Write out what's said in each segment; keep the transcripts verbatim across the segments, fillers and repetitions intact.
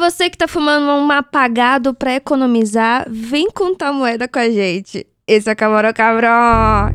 você que tá fumando um apagado pra economizar, vem contar moeda com a gente. Esse é o Camarão Cabrão.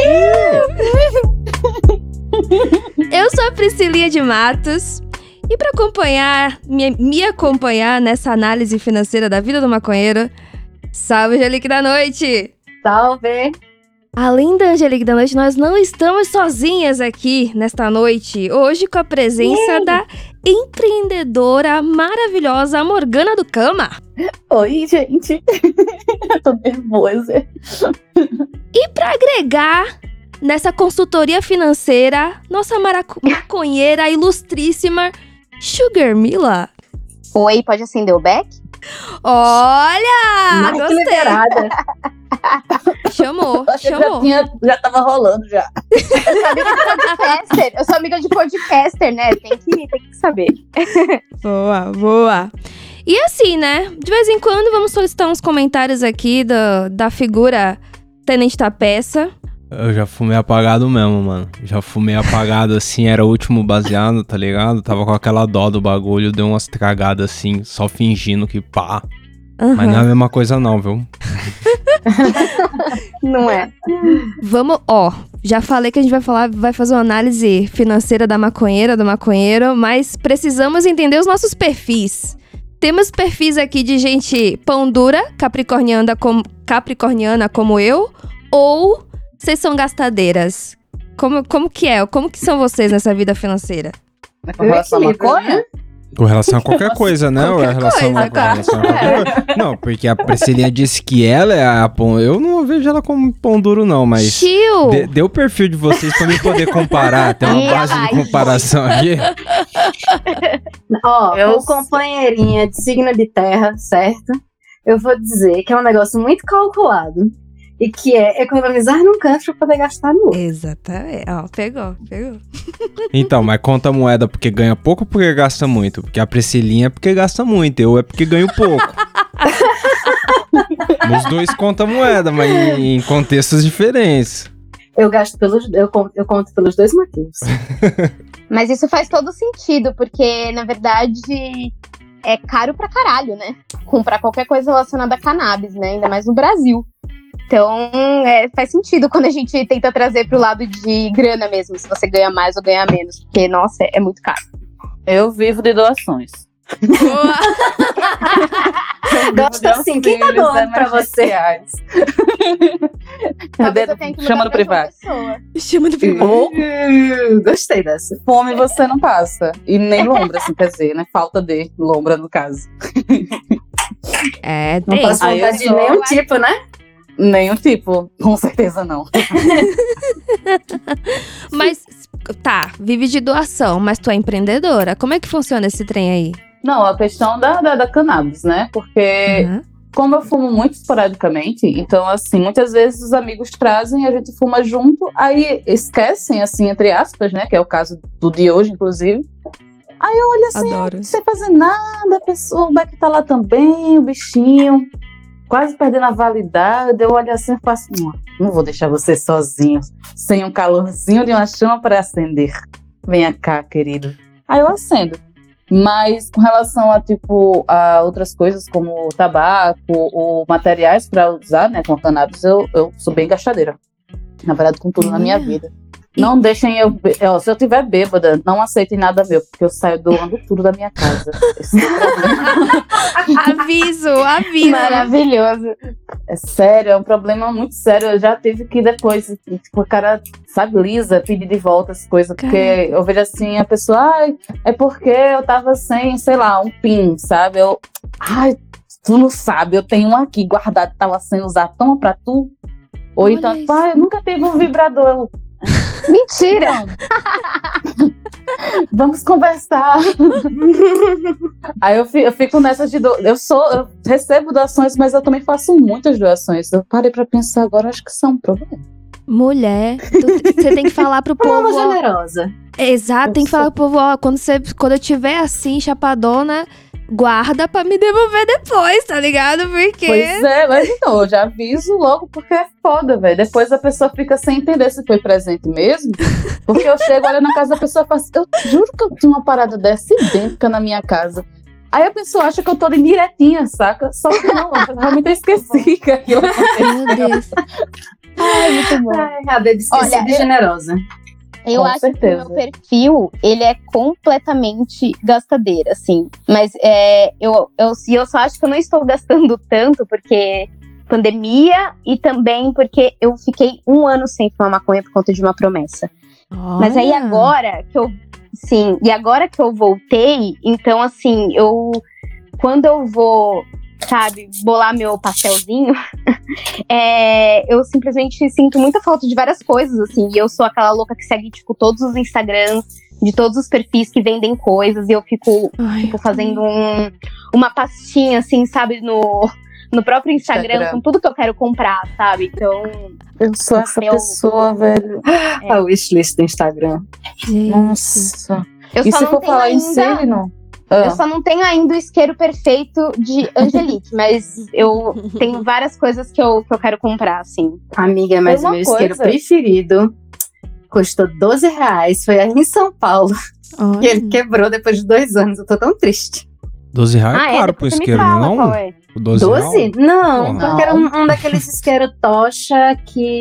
Eu sou a Priscilia de Matos. E pra acompanhar, me, me acompanhar nessa análise financeira da vida do maconheiro, salve, Angelique da Noite! Salve! Além da Angelique da Noite, nós não estamos sozinhas aqui nesta noite. Hoje com a presença yeah. da empreendedora maravilhosa Morgana do Cama. Oi, gente. Eu tô nervosa. E pra agregar nessa consultoria financeira, nossa maraco- maconheira ilustríssima Sugar Mila. Oi, pode acender o beck? Olha! Mais gostei. Liberada. Chamou, Eu chamou. Já, tinha, já tava rolando já. Eu sou amiga de podcaster. Eu sou amiga de podcaster, né? Tem que, tem que saber. Boa, boa. E assim, né? De vez em quando vamos solicitar uns comentários aqui do, da figura Tenente da Peça. Eu já fumei apagado mesmo, mano. Já fumei apagado assim, era o último baseado, tá ligado? Tava com aquela dó do bagulho, deu umas tragadas assim, só fingindo que pá. Uhum. Mas não é a mesma coisa não, viu? Não é. Vamos, ó, já falei que a gente vai falar, vai fazer uma análise financeira da maconheira, do maconheiro, mas precisamos entender os nossos perfis. Temos perfis aqui de gente pão dura, capricorniana como, capricorniana como eu, ou vocês são gastadeiras? Como, como que é? Como que são vocês nessa vida financeira? Com relação à maconha? Com relação a qualquer coisa, né? Qualquer Ou relação coisa, a, com relação a qualquer coisa. Não, porque a Priscilia disse que ela é a pão... Eu não vejo ela como pão duro, não, mas... Chiu! Dê, dê o perfil de vocês pra mim poder comparar. Tem uma base de comparação aqui. Ó, eu... com companheirinha de signo de terra, certo? Eu vou dizer que é um negócio muito calculado. E que é economizar num canto pra poder gastar no outro. Exatamente. Ó, pegou, pegou. Então, mas conta a moeda porque ganha pouco ou porque gasta muito? Porque a Priscilinha é porque gasta muito, eu é porque ganho pouco. Nos dois conta a moeda, mas em contextos diferentes. Eu gasto pelos... Eu conto, eu conto pelos dois motivos. Mas isso faz todo sentido, porque, na verdade, é caro pra caralho, né? Comprar qualquer coisa relacionada a cannabis, né? Ainda mais no Brasil. Então, é, faz sentido quando a gente tenta trazer pro lado de grana mesmo, se você ganha mais ou ganha menos, porque, nossa, é, é muito caro. Eu vivo de doações. Gosto assim, quem tá doando pra você? Talvez eu tenha que Chama no privado. Chama no privado. Uh, gostei dessa. Fome você não passa. E nem lombra, assim, quer dizer, né? Falta de lombra, no caso. É, não tem. passa vontade de nenhum tipo, né? Nenhum tipo, com certeza não. Mas, tá, vive de doação, mas tu é empreendedora. Como é que funciona esse trem aí? Não, a questão da, da, da cannabis, né? Porque uhum. como eu fumo muito esporadicamente, então, assim, muitas vezes os amigos trazem, a gente fuma junto, aí esquecem, assim, entre aspas, né? Que é o caso do de hoje, inclusive. Aí eu olho assim, Adoro. sem fazer nada, a pessoa, o Beck tá lá também, o bichinho... quase perdendo a validade, eu olho assim e faço, não, não vou deixar você sozinho, sem um calorzinho de uma chama para acender. Venha cá, querido. Aí eu acendo. Mas com relação a, tipo, a outras coisas como tabaco ou materiais para usar, né, com cannabis, eu, eu sou bem gastadeira. Na verdade, com tudo na minha vida. Não deixem eu... Ó, se eu tiver bêbada, não aceitem nada meu, porque eu saio doando tudo da minha casa. Esse é o problema. Aviso, aviso. Maravilhoso. É sério, é um problema muito sério. Eu já tive que depois, tipo, o cara, sabe, lisa, pedir de volta as coisas. Porque Caramba. Eu vejo assim, a pessoa, ai, é porque eu tava sem, sei lá, um pin, sabe? Eu, ai, tu não sabe, eu tenho um aqui guardado, tava sem usar, toma pra tu. Ou Olha então, pai, eu nunca tive um vibrador. Eu, mentira! Vamos conversar. Aí eu fico, eu fico nessa de do... eu sou, eu recebo doações, mas eu também faço muitas doações. Eu parei pra pensar agora, acho que isso é um problema. Mulher, você tem que falar pro povo. Uma generosa. Exato, eu tem que sou... falar pro povo, ó, quando, você, quando eu tiver assim, chapadona, guarda pra me devolver depois, tá ligado? Porque... Pois é, mas então, eu já aviso logo porque é foda, velho. Depois a pessoa fica sem entender se foi presente mesmo. Porque eu chego, olho na casa da pessoa e faço, eu juro que eu tinha uma parada dessa idêntica na minha casa. Aí a pessoa acha que eu tô de direitinha, saca? Só que não, eu realmente esqueci que aquilo aconteceu. Meu Deus. Ai, muito bom. Ai, a Baby esquecida Olha, e eu- generosa. Eu Com acho certeza. que o meu perfil, ele é completamente gastadeira, assim. Mas é, eu, eu, e eu só acho que eu não estou gastando tanto porque pandemia e também porque eu fiquei um ano sem fumar maconha por conta de uma promessa. Mas aí Olha. agora que eu, sim, e agora que eu voltei, então assim, eu, quando eu vou, sabe, bolar meu pastelzinho, é, eu simplesmente sinto muita falta de várias coisas, assim, e eu sou aquela louca que segue, tipo, todos os Instagrams, de todos os perfis que vendem coisas, e eu fico, Ai, tipo, fazendo um, uma pastinha, assim, sabe, no, no próprio Instagram, Instagram. com tudo que eu quero comprar, sabe, então... Eu sou essa Meu- pessoa, velho. A wishlist do Instagram. gente. Nossa. Eu E só se não for tenho falar em ainda... signo? Eu Ah, só não tenho ainda o isqueiro perfeito de Angelique, mas eu tenho várias coisas que eu, que eu quero comprar, assim. Amiga, mas Tem o uma meu isqueiro coisa. preferido custou doze reais. Foi aí em São Paulo. Olha. E ele quebrou depois de dois anos. Eu tô tão triste. doze reais é caro pro depois você me isqueiro, fala não? qual é. doze doze? reais? Não, Porra. porque era um, um daqueles isqueiros tocha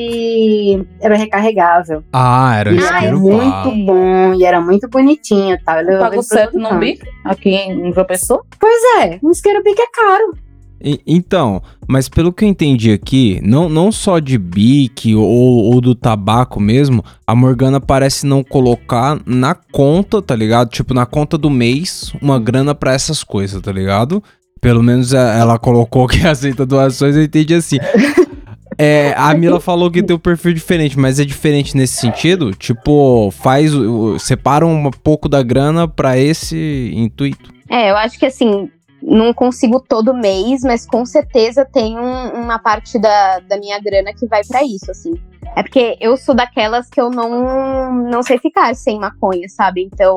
que era recarregável. Ah, era o E Ah, era isqueiro eu muito pá. bom, e era muito bonitinho e tal. Eu levei pago pra certo todo no canto. bico, aqui em João Pessoa. Pois é, um isqueiro bico é caro. E- Então, mas pelo que eu entendi aqui, não, não só de bique ou, ou do tabaco mesmo, a Morgana parece não colocar na conta, tá ligado? Tipo, na conta do mês, uma grana pra essas coisas, tá ligado? Pelo menos a- ela colocou que aceita doações, eu entendi assim. É, a Mila falou que tem um perfil diferente, mas é diferente nesse sentido? Tipo, faz, o- o- separa um pouco da grana pra esse intuito. É, eu acho que assim, não consigo todo mês, mas com certeza tem um- uma parte da, da minha grana que vai pra isso, assim. É porque eu sou daquelas que eu não, não sei ficar sem maconha, sabe? Então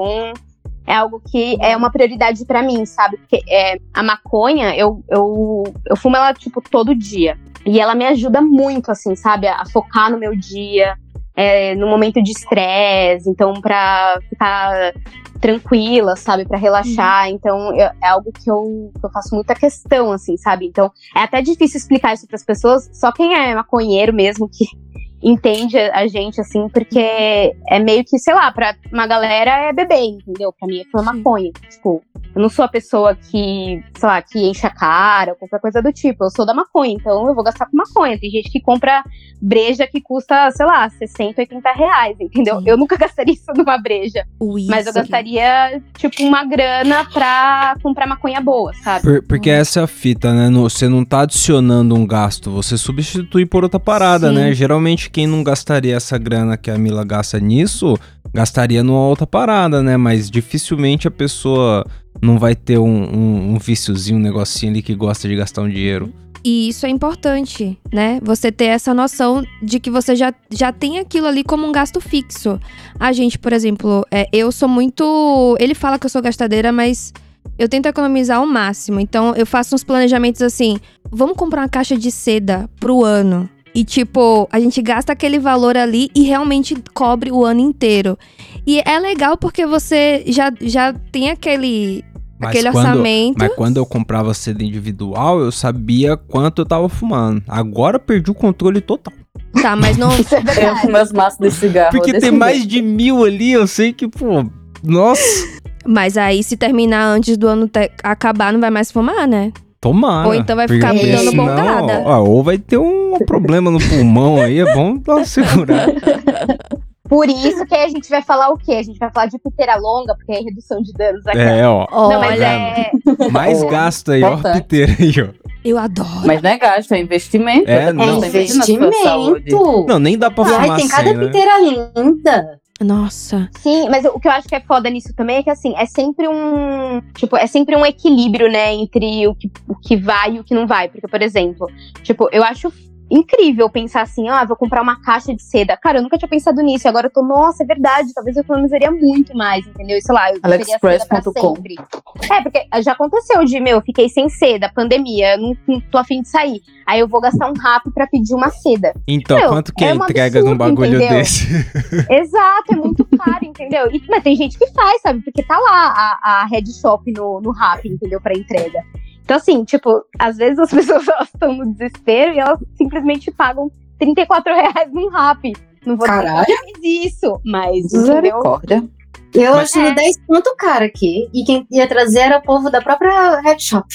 é algo que é uma prioridade pra mim, sabe? Porque é, a maconha, eu, eu, eu fumo ela, tipo, todo dia. E ela me ajuda muito, assim, sabe? A focar no meu dia, é, no momento de estresse. Então, pra ficar tranquila, sabe? Pra relaxar. Então, eu- é algo que eu, que eu faço muita questão, assim, sabe? Então, é até difícil explicar isso pras pessoas. Só quem é maconheiro mesmo que entende a a gente, assim, porque é meio que, sei lá, pra uma galera é beber, entendeu? Pra mim é fumar Sim. maconha. Tipo, eu não sou a pessoa que, sei lá, que enche a cara ou qualquer coisa do tipo. Eu sou da maconha, então eu vou gastar com maconha. Tem gente que compra breja que custa, sei lá, sessenta, oitenta reais, entendeu? Sim. Eu nunca gastaria isso numa breja. O Mas eu uísque. gastaria, tipo, uma grana pra comprar maconha boa, sabe? Por- porque essa é a fita, né? No- Você não tá adicionando um gasto, você substitui por outra parada, Sim. né? Geralmente quem não gastaria essa grana que a Mila gasta nisso, gastaria numa outra parada, né? Mas dificilmente a pessoa não vai ter um, um, um viciozinho, um negocinho ali que gosta de gastar um dinheiro. E isso é importante, né? Você ter essa noção de que você já, já tem aquilo ali como um gasto fixo. A gente, por exemplo, é, eu sou muito... Ele fala que eu sou gastadeira, mas eu tento economizar ao máximo. Então, eu faço uns planejamentos assim, vamos comprar uma caixa de seda pro ano. E, tipo, a gente gasta aquele valor ali e realmente cobre o ano inteiro. E é legal porque você já, já tem aquele, Mas aquele quando- orçamento. Mas quando eu comprava seda individual, eu sabia quanto eu tava fumando. Agora eu perdi o controle total. Tá, mas não... Isso é Eu verdade. com meus maços de cigarro. Porque desse tem jeito. mais de mil ali, eu sei que, pô... Nossa! Mas aí, se terminar antes do ano te- acabar, não vai mais fumar, né? Tomara. Ou então vai Porque ficar dando senão, bombada. ó, ou vai ter um problema no pulmão aí, é bom dar uma segurada. Por isso que a gente vai falar o quê? A gente vai falar de piteira longa, porque é redução de danos aqui. É, ó. Não, mas Olha, é. Mais Oh, gasto aí, ó, importante. piteira aí, ó. eu adoro. Mas não é gasto, é investimento. É, Você não. tá investindo na sua saúde. Investimento. Não, nem dá pra E aí fumar tem sem, cada né? piteira linda. Nossa. Sim, mas o que eu acho que é foda nisso também é que, assim, é sempre um. Tipo, é sempre um equilíbrio, né? Entre o que, o que vai e o que não vai. Porque, por exemplo, tipo, eu acho incrível pensar assim, ah, vou comprar uma caixa de seda. Cara, eu nunca tinha pensado nisso. E agora eu tô, nossa, é verdade, talvez eu economizaria muito mais, entendeu? E sei lá, eu teria seda pra sempre. É, porque já aconteceu de, meu, eu fiquei sem seda, pandemia, não, não tô afim de sair. Aí eu vou gastar um rápido pra pedir uma seda. Então, meu, quanto que é entrega num bagulho entendeu? Desse? Exato, é muito caro, entendeu? E, mas tem gente que faz, sabe? Porque tá lá a, a Red Shop no, no Rappi, entendeu? Pra entrega. Então, assim, tipo, às vezes as pessoas estão no desespero e elas simplesmente pagam trinta e quatro reais num Rappi. Não vou Caralho. dizer que eu fiz isso, mas, Misericórdia. Eu Mas, achei é. dez ponto cara aqui. E quem ia trazer era o povo da própria Red Shop.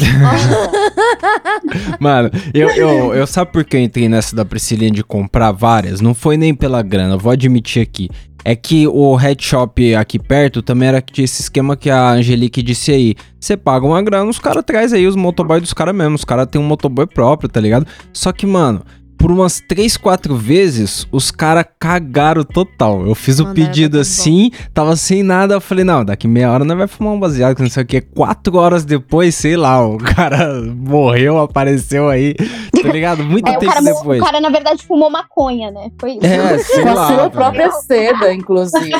Mano, eu, eu, eu sabe por que eu entrei nessa da Priscilinha de comprar várias? Não foi nem pela grana, vou admitir aqui. É que o Red Shop aqui perto também era que tinha esse esquema que a Angelique disse aí. Você paga uma grana, os caras trazem aí os motoboy dos caras mesmo. Os caras têm um motoboy próprio, tá ligado? Só que, mano, por umas três, quatro vezes, os caras cagaram total. Eu fiz o pedido assim, tava sem nada. Eu falei, não, daqui meia hora nós vai fumar um baseado, que não sei o que. Quatro horas depois, sei lá, o cara morreu, apareceu aí, tá ligado? Muito é, tempo o cara, depois. O cara, na verdade, fumou maconha, né? Foi isso. É, sei Com lá. a sua velho. própria seda, inclusive.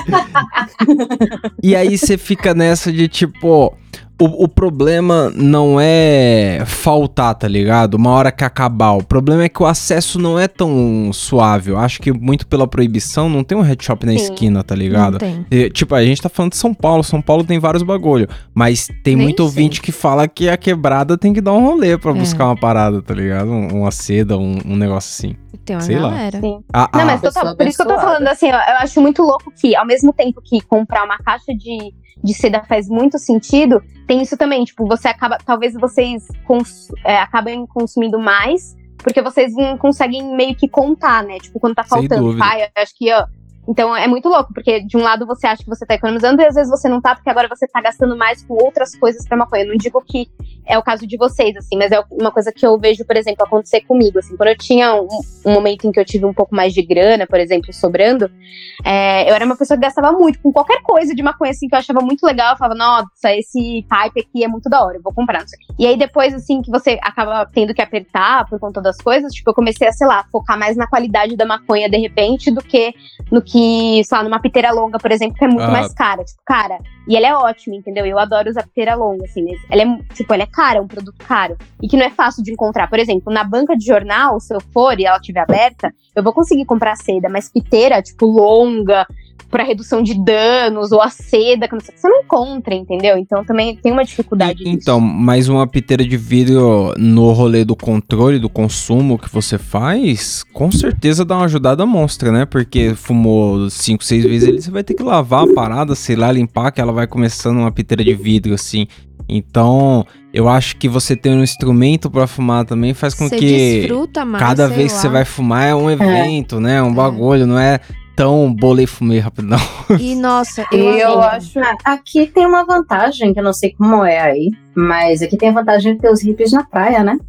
E aí você fica nessa de tipo... O, o problema não é faltar, tá ligado? Uma hora que acabar. O problema é que o acesso não é tão suave. Eu acho que muito pela proibição não tem um head shop na Sim. esquina, tá ligado? Não tem. E, tipo, a gente tá falando de São Paulo. São Paulo tem vários bagulho. Mas tem Nem muito ouvinte sei. que fala que a quebrada tem que dar um rolê pra É. buscar uma parada, tá ligado? Um- uma seda, um, um negócio assim. Tem uma Sei lá. galera. Sim. A, Não, a- mas total, pessoa por isso que eu tô abençoada. falando assim, eu, eu acho muito louco que, ao mesmo tempo que comprar uma caixa de, de seda faz muito sentido, tem isso também, tipo, você acaba, talvez vocês cons, é, acabem consumindo mais, porque vocês não conseguem meio que contar, né? Tipo, quando tá Sem faltando, dúvida. pai, eu acho que, ó, então é muito louco, porque de um lado você acha que você tá economizando e às vezes você não tá, porque agora você tá gastando mais com outras coisas pra maconha. Eu não digo que é o caso de vocês, assim, mas é uma coisa que eu vejo, por exemplo, acontecer comigo, assim, quando eu tinha um, um momento em que eu tive um pouco mais de grana, por exemplo, sobrando, é, eu era uma pessoa que gastava muito com qualquer coisa de maconha, assim, que eu achava muito legal, eu falava, nossa, esse pipe aqui é muito da hora, eu vou comprar, não sei o quê. E aí depois, assim, que você acaba tendo que apertar por conta das coisas, tipo, eu comecei a, sei lá, focar mais na qualidade da maconha, de repente, do que no que, sei lá, numa piteira longa, por exemplo, que é muito Ah. mais cara, tipo, cara, e ela é ótima, entendeu? Eu adoro usar piteira longa, assim, mas ela é, tipo, ela é cara, é um produto caro, e que não é fácil de encontrar. Por exemplo, na banca de jornal, se eu for e ela estiver aberta, eu vou conseguir comprar seda, mas piteira, tipo, longa, pra redução de danos, ou a seda, que não sei, você não encontra, entendeu? Então também tem uma dificuldade E- disso. Então, mais uma piteira de vidro no rolê do controle do consumo que você faz, com certeza dá uma ajudada monstra, né? Porque fumou cinco, seis vezes ali, você vai ter que lavar a parada, sei lá, limpar, que ela vai começando uma piteira de vidro, assim. Então, eu acho que você ter um instrumento pra fumar também faz com Você que desfruta mais, cada sei vez que lá. você vai fumar é um evento, né? Um bagulho, não é tão bolei fumei rapidão. E, nossa, E eu, eu amei. acho. Ah, aqui tem uma vantagem, que eu não sei como é aí, mas aqui tem a vantagem de ter os hippies na praia, né?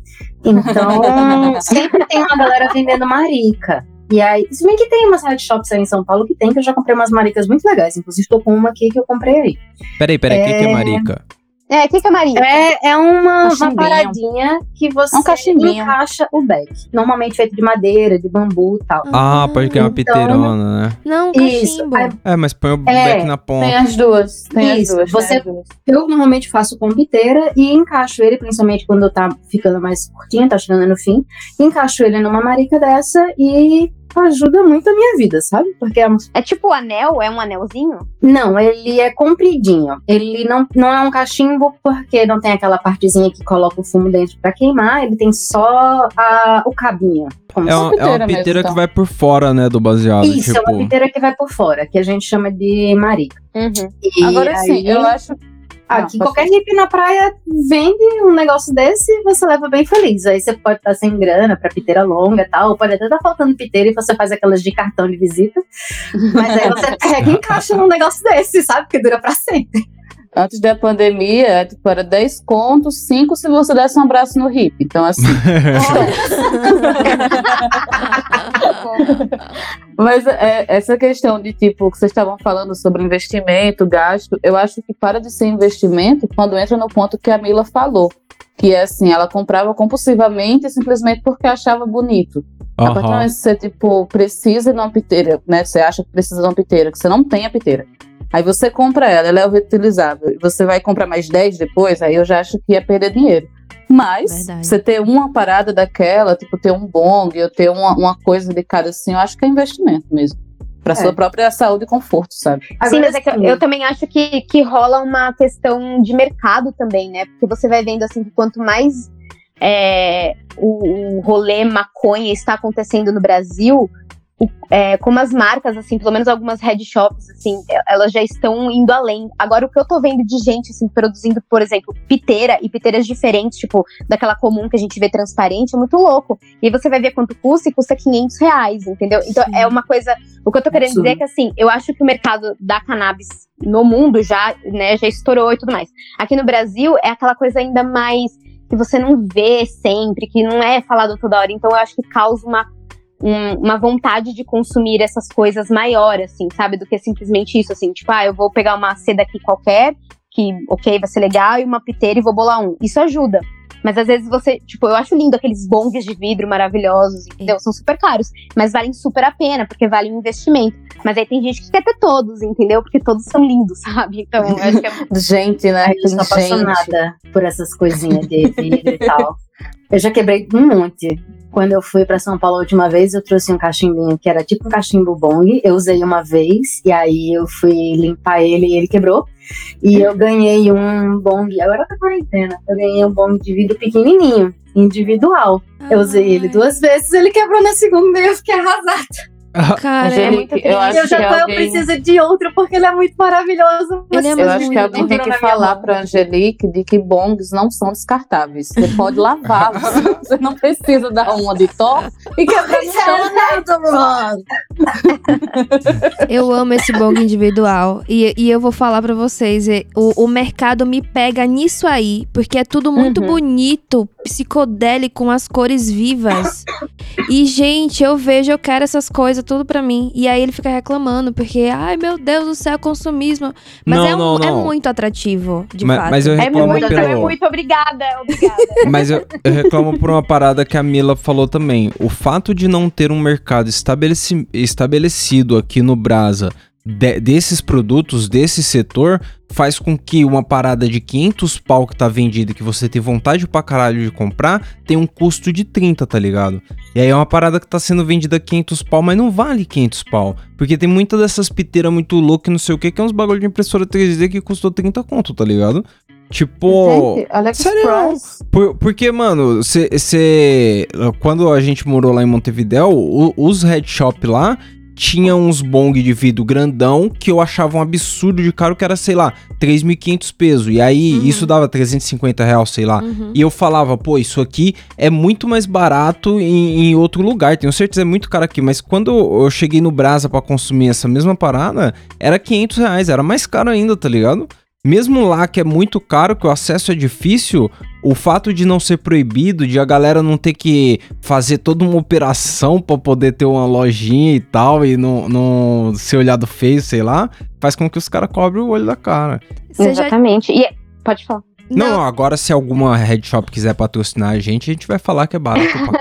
Então, sempre tem uma galera vendendo marica. E aí, se bem que tem umas head shops aí em São Paulo que tem, que eu já comprei umas maricas muito legais. Inclusive, tô com uma aqui que eu comprei aí. Peraí, peraí, o que, que é É. marica? É, o que que é Maria? É, é uma, uma Cachimbinho. paradinha que você É um cachimbinho. encaixa o beck. Normalmente feito de madeira, de bambu e tal. Ah, pode que é uma Então- piteirona, né? Não, Isso. cachimbo. Aí, É, mas põe o É, beck na ponta. Tem as duas. Tem Isso, as duas. você- tem as duas. eu normalmente faço com piteira e encaixo ele, principalmente quando tá ficando mais curtinho, tá chegando no fim. Encaixo ele numa marica dessa e ajuda muito a minha vida, sabe? Porque é um- É tipo anel? É um anelzinho? não, ele é compridinho. Ele não, não é um cachimbo porque não tem aquela partezinha que coloca o fumo dentro pra queimar. Ele tem só a- o cabinho. Como É se- uma, é uma piteira mesmo, piteira então. que vai por fora, né, do baseado. Isso, é tipo... uma piteira que vai por fora, que a gente chama de marica. Uhum. E Agora sim, aí, eu acho. aqui Não, qualquer pode hippie na praia vende um negócio desse e você leva bem feliz. Aí você pode estar sem grana pra piteira longa e tal, ou pode até estar faltando piteira e você faz aquelas de cartão de visita. Mas aí você pega e encaixa num negócio desse, sabe? Que dura pra sempre. Antes da pandemia, tipo, era dez contos, cinco se você desse um abraço no hippie. Então, assim. Mas é, essa questão de, tipo, que vocês estavam falando sobre investimento, gasto, eu acho que para de ser investimento quando entra no ponto que a Mila falou. que é assim, ela comprava compulsivamente simplesmente porque achava bonito. Uhum. A partir do momento que você, tipo, precisa de uma piteira, né? Você acha que precisa de uma piteira, que você não tem a piteira. Aí você compra ela, ela é reutilizável. E você vai comprar mais dez depois, aí eu já acho que ia perder dinheiro. Mas, Verdade. você ter uma parada daquela, tipo, ter um bong, ou ter uma, uma coisa de cada assim, eu acho que é investimento mesmo. Pra É. sua própria saúde e conforto, sabe? Sim, Agora, mas é que eu, assim, eu também acho que, que rola uma questão de mercado também, né? Porque você vai vendo assim que quanto mais é, o, o rolê maconha está acontecendo no Brasil, o, é, como as marcas, assim, pelo menos algumas head shops, assim, elas já estão indo além. Agora, o que eu tô vendo de gente, assim, produzindo, por exemplo, piteira e piteiras diferentes, tipo, daquela comum que a gente vê transparente, é muito louco. E aí você vai ver quanto custa e custa quinhentos reais, entendeu? Então, Sim. é uma coisa... O que eu tô querendo Absurdo. dizer é que, assim, eu acho que o mercado da cannabis no mundo já, né, já estourou e tudo mais. Aqui no Brasil, é aquela coisa ainda mais que você não vê sempre, que não é falado toda hora. Então, eu acho que causa uma Um, uma vontade de consumir essas coisas maior, assim, sabe? Do que simplesmente isso, assim, tipo, ah, eu vou pegar uma seda aqui qualquer, que, ok, vai ser legal, e uma piteira e vou bolar um. Isso ajuda. Mas às vezes você, tipo, eu acho lindo aqueles bongs de vidro maravilhosos, entendeu? São super caros, mas valem super a pena, porque valem um investimento. Mas aí tem gente que quer ter todos, entendeu? Porque todos são lindos, sabe? Então, eu acho que é... Gente, né? eu sou Tem gente. apaixonada por essas coisinhas de vidro e tal. Eu já quebrei um monte. Quando eu fui pra São Paulo a última vez, eu trouxe um cachimbinho que era tipo um cachimbo bong. Eu usei uma vez, e aí eu fui limpar ele e ele quebrou. E eu ganhei um bong, agora tá quarentena, eu ganhei um bong de vidro pequenininho, individual. Eu usei ele duas vezes, ele quebrou na segunda e eu fiquei arrasada. Cara, Angelique, é muito eu triste. acho Eu já que tô, eu alguém- preciso de outro, porque ele é muito maravilhoso. Ele é mas Eu muito acho que alguém tem durou que na minha falar mão. pra Angelique de que bongs não são descartáveis. Você pode lavá-los. Você não precisa dar uma de top e quebrar no chão. Eu amo esse bong individual. E, e eu vou falar pra vocês, e- o, o mercado me pega nisso aí, porque é tudo muito Uhum. bonito, psicodélico, com as cores vivas. E, gente, eu vejo, eu quero essas coisas, tudo pra mim. E aí ele fica reclamando, porque, ai, meu Deus do céu, consumismo. Mas Não, é, um- não, não. é muito atrativo, de Ma- fato. mas eu É reclamo muito, pelo... é muito obrigada, obrigada. Mas eu, eu reclamo por uma parada que a Mila falou também. O fato de não ter um mercado estabeleci- estabelecido aqui no Brasa de- desses produtos, desse setor, faz com que uma parada de quinhentos pau que tá vendida, que você tem vontade pra caralho de comprar, tem um custo de trinta, tá ligado? E aí é uma parada que tá sendo vendida a quinhentos pau, mas não vale quinhentos pau. Porque tem muita dessas piteiras muito loucas, não sei o que, que é uns bagulho de impressora três D que custou trinta conto, tá ligado? Tipo... Gente, Sério? AliExpress. Por- porque, mano, você. Quando a gente morou lá em Montevidéu, o- os head shop lá tinha uns bong de vidro grandão que eu achava um absurdo de caro, que era, sei lá, três mil e quinhentos pesos. E aí Uhum. isso dava trezentos e cinquenta reais, sei lá. Uhum. E eu falava, pô, isso aqui é muito mais barato em, em outro lugar. Tenho certeza, é muito caro aqui. Mas quando eu cheguei no Brasa pra consumir essa mesma parada, era quinhentos reais. Era mais caro ainda, tá ligado? Mesmo lá que é muito caro, que o acesso é difícil, o fato de não ser proibido, de a galera não ter que fazer toda uma operação pra poder ter uma lojinha e tal, e não, não ser olhado feio, sei lá, faz com que os caras cobrem o olho da cara. Você já... Exatamente. E, pode falar. Não, Não, agora se alguma head shop quiser patrocinar a gente, a gente vai falar que é barato pra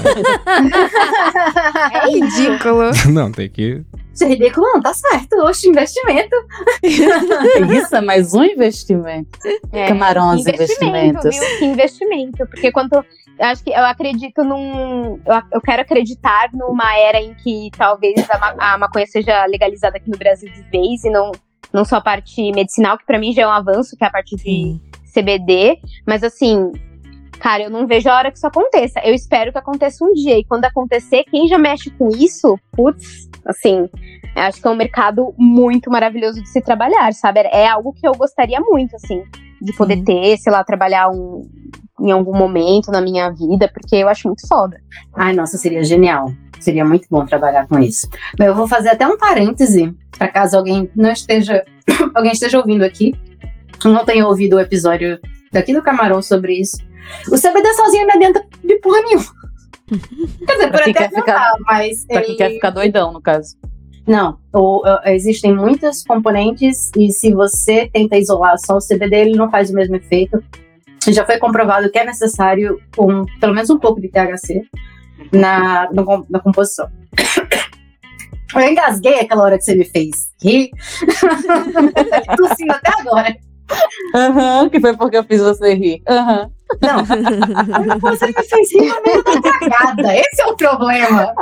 caralho. é ridículo. Não, tem que... Isso é ridículo, não, tá certo. Oxe, investimento. Isso é mais um investimento. É, Camarões investimento, investimentos. viu? Que investimento. Porque quanto. Eu acho que eu acredito num. Eu, eu quero acreditar numa era em que talvez a, ma- a maconha seja legalizada aqui no Brasil de vez e não, não só a parte medicinal, que pra mim já é um avanço, que é a parte de Sim. C B D. Mas assim. Cara, eu não vejo a hora que isso aconteça. Eu espero que aconteça um dia. E quando acontecer, quem já mexe com isso, putz, assim, eu acho que é um mercado muito maravilhoso de se trabalhar, sabe? É algo que eu gostaria muito, assim, de poder Sim. ter, sei lá, trabalhar um, em algum momento na minha vida, porque eu acho muito foda. Ai, nossa, seria genial. Seria muito bom trabalhar com isso. Mas eu vou fazer até um parêntese, para caso alguém não esteja, alguém esteja ouvindo aqui, não tenha ouvido o episódio daqui do Camarão sobre isso. O C B D sozinho não adianta de porra nenhuma. Quer dizer, por Pra quem até quer ficar- adiantar, mas Pra quem ele... quer ficar doidão, no caso. Não, o- o- existem muitos componentes e se você tenta isolar só o C B D, ele não faz o mesmo efeito. já foi comprovado que é necessário um, pelo menos um pouco de T H C na, no, na composição. Eu engasguei aquela hora que você me fez rir. Tossindo até agora. Aham, uhum, que foi porque eu fiz você rir. Aham. Uhum. Não, você me fez rir no meio da cagada. Esse é o problema.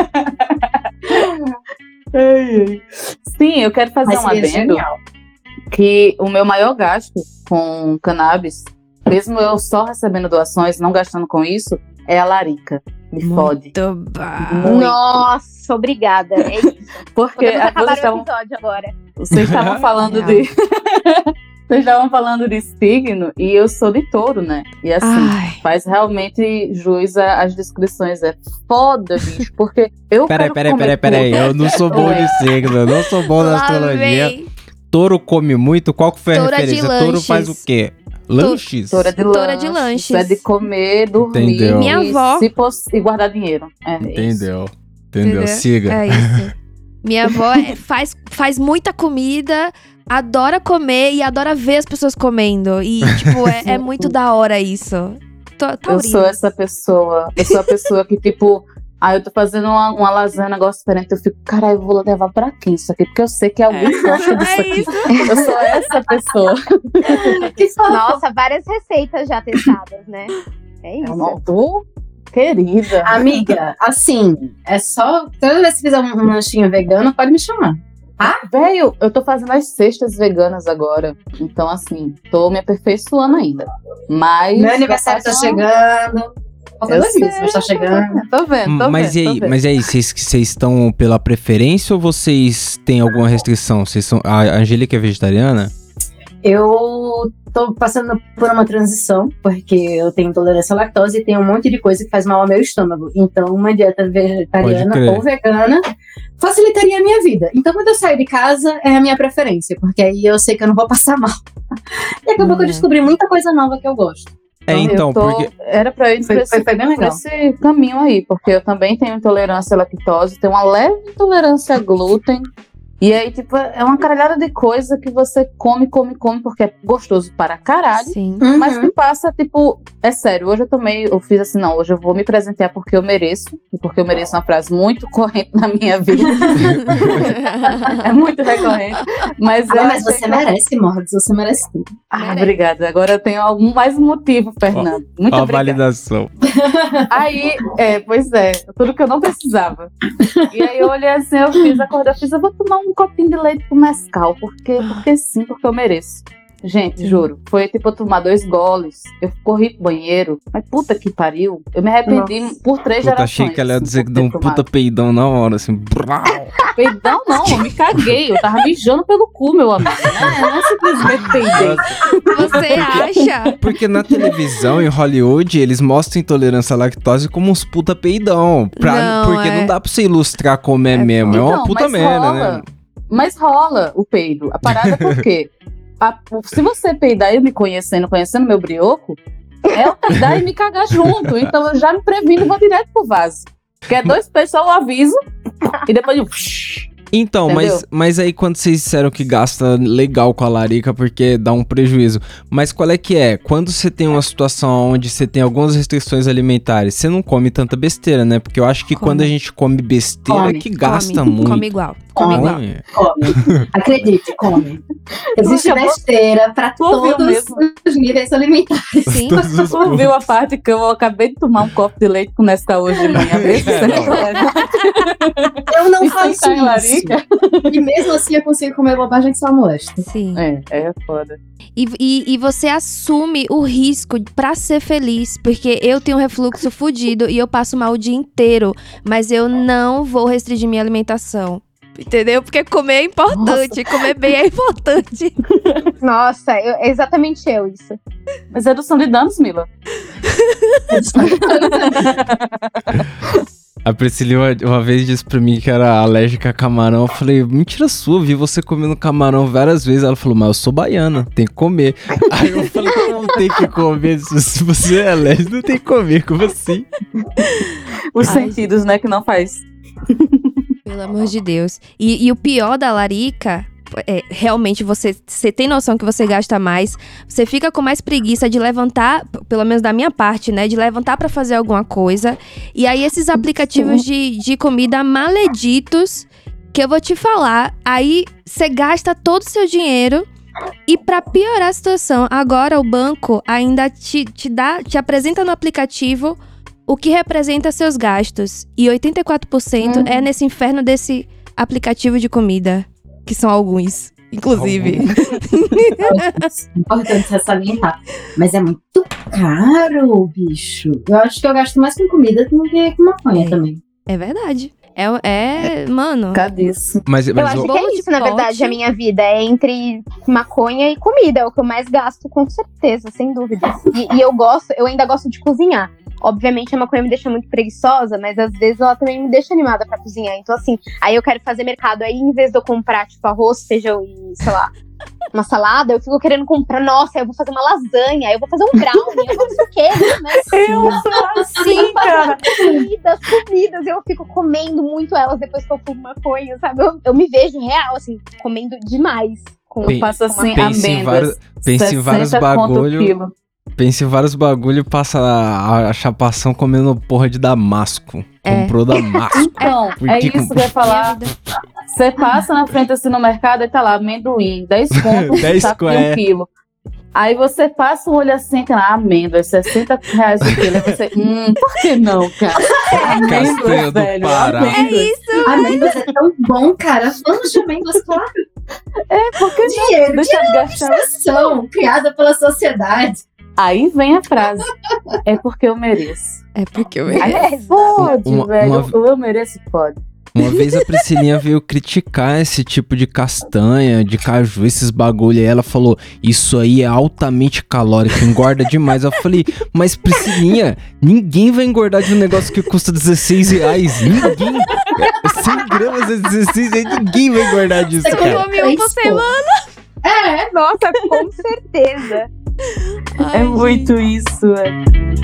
Sim, eu quero fazer Mas um adendo genial. Que o meu maior gasto com cannabis, mesmo eu só recebendo doações, não gastando com isso, é a larica. Me fode. Muito bom. Muito. Nossa, obrigada. É isso. Porque Podemos acabar vocês estavam, o episódio agora. vocês estavam falando de... Vocês estavam falando de signo e eu sou de touro, né? E assim, Ai. faz realmente jus às descrições. É foda, bicho, porque eu Peraí, quero peraí, comer peraí, peraí. tudo. Eu não sou bom de signo, eu não sou bom na Lá astrologia. vem. Touro come muito? Qual que foi a Touro é de referência? Touro lanches. faz o quê? Lanches? Toura de Toura lanches. de lanches. É de comer, dormir Entendeu. Minha e, avó- se poss- e guardar dinheiro. É isso. Entendeu. Entendeu? Entendeu? Siga. É isso. Minha avó é- faz, faz muita comida, adora comer e adora ver as pessoas comendo. E, tipo, é, é muito da hora isso. Tô, Eu taurina. sou essa pessoa. Eu sou a pessoa que, tipo, ah, eu tô fazendo uma, uma lasanha, um negócio diferente. Eu fico, caralho, eu vou levar pra quem isso aqui? Porque eu sei que alguém gosta disso É aqui. isso. Eu sou essa pessoa. Que fofo. Nossa, várias receitas já testadas, né? É isso. Não, tô querida. Amiga, assim, é só. Toda vez que fizer um, um lanchinho vegano, pode me chamar. Velho, eu tô fazendo as cestas veganas agora. Então, assim, tô me aperfeiçoando ainda. Mas. Meu aniversário tá chegando. Falta Eu dois sei. meses, mas tá chegando. Tô vendo, tô Mas e vendo. aí, tô vendo. mas e aí, vocês vocês estão pela preferência ou vocês têm alguma restrição? Vocês são, a Angélica é vegetariana? Eu tô passando por uma transição, porque eu tenho intolerância à lactose e tem um monte de coisa que faz mal ao meu estômago. Então, uma dieta Pode vegetariana crer. ou vegana facilitaria a minha vida. Então, quando eu saio de casa, é a minha preferência, porque aí eu sei que eu não vou passar mal. E acabou que eu Hum. descobri muita coisa nova que eu gosto. É, então, Eu tô- porque... Era pra eu ir Foi- pra esse, foi- foi bem legal. pra esse caminho aí, porque eu também tenho intolerância à lactose, tenho uma leve intolerância a glúten. E aí, tipo, é uma caralhada de coisa que você come, come, come, porque é gostoso para caralho. Sim. Mas Uhum. que passa, tipo, é sério, hoje eu tomei, eu fiz assim, não, hoje eu vou me presentear porque eu mereço, e porque eu mereço uma frase muito corrente na minha vida. É muito recorrente. Mas, Ah, eu mas achei você que- merece, Mordes, você merece tudo. Ah, obrigada. Agora eu tenho algum mais motivo, Fernando. Muito Ó, a obrigada. validação. Aí, é, pois é, tudo que eu não precisava. E aí eu olhei assim, eu fiz, acordei, eu fiz, eu vou tomar um copinho de leite com Nescau, porque, porque sim, porque eu mereço. Gente, juro, foi tipo eu tomar dois goles, eu corri pro banheiro, mas puta que pariu, eu me arrependi por três Puta, gerações. achei que ela ia assim, dizer que por deu um ter puta tomado. peidão na hora, assim. brau. Peidão não, eu me caguei, eu tava mijando pelo cu, meu amigo. Não é, não é simplesmente peidei. Você acha? Porque na televisão, em Hollywood, eles mostram intolerância à lactose como uns puta peidão. Pra, Não, porque é- não dá pra você ilustrar como é, É mesmo. É uma Então, puta mas merda, rola. né? Mas rola o peido. A parada é por quê? A- se você peidar eu me conhecendo, conhecendo meu brioco, é eu peidar e me cagar junto. Então eu já me previno e vou direto pro vaso. Que é dois peixes, só o aviso. E depois eu... Então, Entendeu? mas, mas aí quando vocês disseram que gasta legal com a larica porque dá um prejuízo, mas qual é que é? Quando você tem uma situação onde você tem algumas restrições alimentares, você não come tanta besteira, né? Porque eu acho que Come. quando a gente come besteira Come, é que gasta come, muito. Come igual. Come igual. Come. Come. Acredite, come. Existe Poxa, besteira pra tu ouviu todos mesmo? os níveis alimentares. Sim. Todos os Tu viu a parte que eu acabei de tomar um copo de leite com Nescau hoje de manhã? Vê se você É, não. Eu não E faço sentar em isso. larica? E mesmo assim eu consigo comer bobagem que só molesta. Sim. É, é foda. E, e, e você assume o risco pra ser feliz. Porque eu tenho um refluxo fudido e eu passo mal o dia inteiro. Mas eu não vou restringir minha alimentação. Entendeu? Porque comer é importante. Comer bem é importante. Nossa, eu- é exatamente eu isso. Mas é redução de danos, Mila. A Priscila uma, uma vez disse pra mim que era alérgica a camarão. Eu falei, mentira sua, vi você comendo camarão várias vezes. Ela falou, mas eu sou baiana, tem que comer. Aí eu falei, como tem que comer? Se se você é alérgico, não tem que comer, como assim? Os Ai. sentidos, né, que não faz. Pelo amor de Deus. E, e o pior da larica é, realmente você, você tem noção que você gasta mais, você fica com mais preguiça de levantar, pelo menos da minha parte, né? De levantar pra fazer alguma coisa. E aí esses aplicativos de, de comida maleditos, que eu vou te falar, aí você gasta todo o seu dinheiro. E pra piorar a situação, agora o banco ainda te, te, dá, te apresenta no aplicativo o que representa seus gastos. E oitenta e quatro por cento hum. é nesse inferno desse aplicativo de comida. Que são alguns, inclusive. É importante salientar. Mas é muito caro, bicho. Eu acho que eu gasto mais com comida do que com maconha é. também. É verdade. É, é, é mano. Cadê isso? Mas, mas eu acho o... que é isso, na verdade, a minha vida. É entre maconha e comida. É o que eu mais gasto, com certeza, sem dúvida. E, e eu gosto, eu ainda gosto de cozinhar. Obviamente a maconha me deixa muito preguiçosa, mas às vezes ela também me deixa animada pra cozinhar. Então assim, aí eu quero fazer mercado. Aí em vez de eu comprar, tipo, arroz, feijão e, sei lá, uma salada, eu fico querendo comprar, nossa, eu vou fazer uma lasanha, eu vou fazer um brownie, eu vou não sei o quê, né? Eu sou assim, cara. Comidas, comidas, eu fico comendo muito elas depois que eu fumo maconha, sabe? Eu, eu me vejo real, assim, comendo demais. Com, eu faço assim, pense em vários, pense em vários bagulho. Pense em vários bagulho e passa a, a chapação comendo porra de damasco. É. Comprou damasco. Então, Por é que isso com- que eu ia falar. Você passa na frente assim no mercado e tá lá, amendoim, dez contos, dez saco co- de é. um quilo. Aí você passa o olho assim, tem lá, amêndoas, sessenta reais o quilo. Aí você, hum, por que não, cara? Castanha do Pará. amêndoas. É isso. Amêndoas é tão bom, cara. Vamos de amêndoas, claro. É, porque Dinheiro, deixa de gastar. Administração criada pela sociedade. Aí vem a frase, é porque eu mereço. É porque eu... Aí É, fode, uma- velho, uma- o eu mereço pode. Uma vez a Priscilinha veio criticar esse tipo de castanha, de caju, esses bagulho. E ela falou, isso aí é altamente calórico, engorda demais. Eu falei, mas Priscilinha, ninguém vai engordar de um negócio que custa dezesseis reais. Ninguém. cem gramas é dezesseis reais, ninguém vai engordar disso, Você cara. come um por semana. É, nossa, com certeza. É muito isso, é.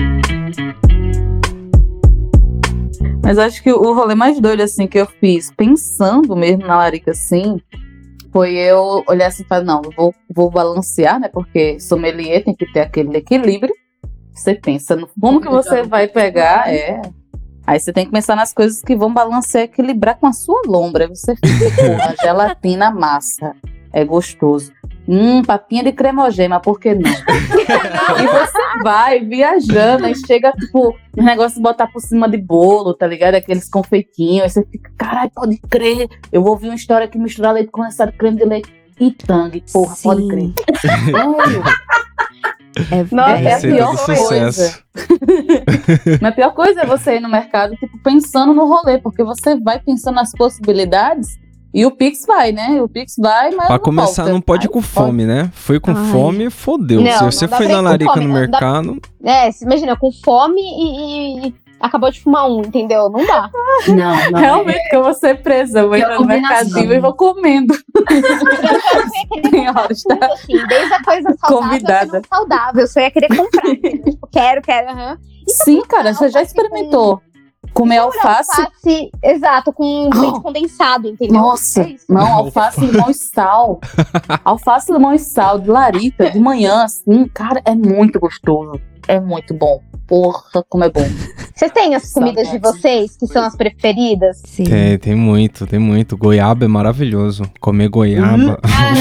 Mas acho que o rolê mais doido, assim, que eu fiz, pensando mesmo na larica, assim, foi eu olhar assim e falar, não, eu vou, vou balancear, né, porque sommelier tem que ter aquele equilíbrio. Você pensa, no, como que você vai pegar, é... Aí você tem que pensar nas coisas que vão balancear, equilibrar com a sua lombra. Aí você fica, porra, gelatina massa, é gostoso. Hum, papinha de cremogema, por que não? E você vai viajando, aí chega, tipo, um negócio de botar por cima de bolo, tá ligado? Aqueles confeitinhos, aí você fica, caralho, pode crer. Eu vou ouvir uma história que misturar leite condensado, creme de leite e tangue, porra, Sim. pode crer. Sério? É, Nossa, é, é a Receita pior do coisa. sucesso. Mas a pior coisa é você ir no mercado, tipo, pensando no rolê, porque você vai pensando nas possibilidades e o Pix vai, né? O Pix vai, mas Pra não começar, volta. não pode ir Aí com fome, né? Foi com Ai. fome, fodeu. Não, Se não você dá foi pra ir na com larica fome, no não dá- mercado, É, se imagina, com fome e, e acabou de fumar um, entendeu? Não dá. não, não. Realmente, que eu vou ser presa. Eu vou Pior entrar no combinação. mercadinho e vou comendo. Tem horas, tá? Tudo assim, desde a coisa saudável Convidada. até não saudável. Eu só ia querer comprar, entendeu? Tipo, quero, quero, aham. Sim, cara, você já experimentou comer alface? Alface, exato, com leite condensado, entendeu? Nossa, É isso. não, alface, limão e sal. Alface, limão e sal, de larica, de manhã, assim, cara, é muito gostoso. É muito bom. Porra, como é bom. Vocês têm as comidas de vocês, que são as preferidas? sim. tem, tem muito, tem muito. Goiaba é maravilhoso. Comer goiaba.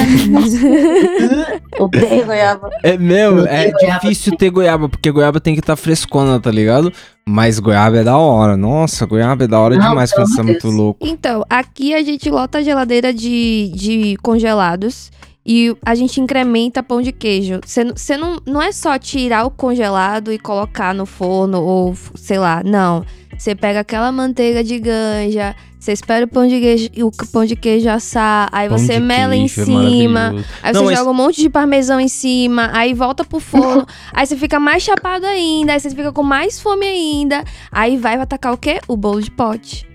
Odeio goiaba. É mesmo, Eu é odeio goiaba. difícil ter goiaba, porque goiaba tem que estar frescona, tá ligado? Mas goiaba é da hora. Nossa, goiaba é da hora Não, demais pelo quando você é amor de muito Deus. louco. Então, aqui a gente lota a geladeira de, de congelados e a gente incrementa pão de queijo. Você não, não é só tirar o congelado e colocar no forno ou, sei lá, não. Você pega aquela manteiga de ganja, você espera o pão de queijo, o pão de queijo assar, aí Pão você de mela em queijo é cima, maravilhoso. aí Não, você mas- joga um monte de parmesão em cima, aí volta pro forno, aí você fica mais chapado ainda, aí você fica com mais fome ainda, aí vai atacar o quê? O bolo de pote.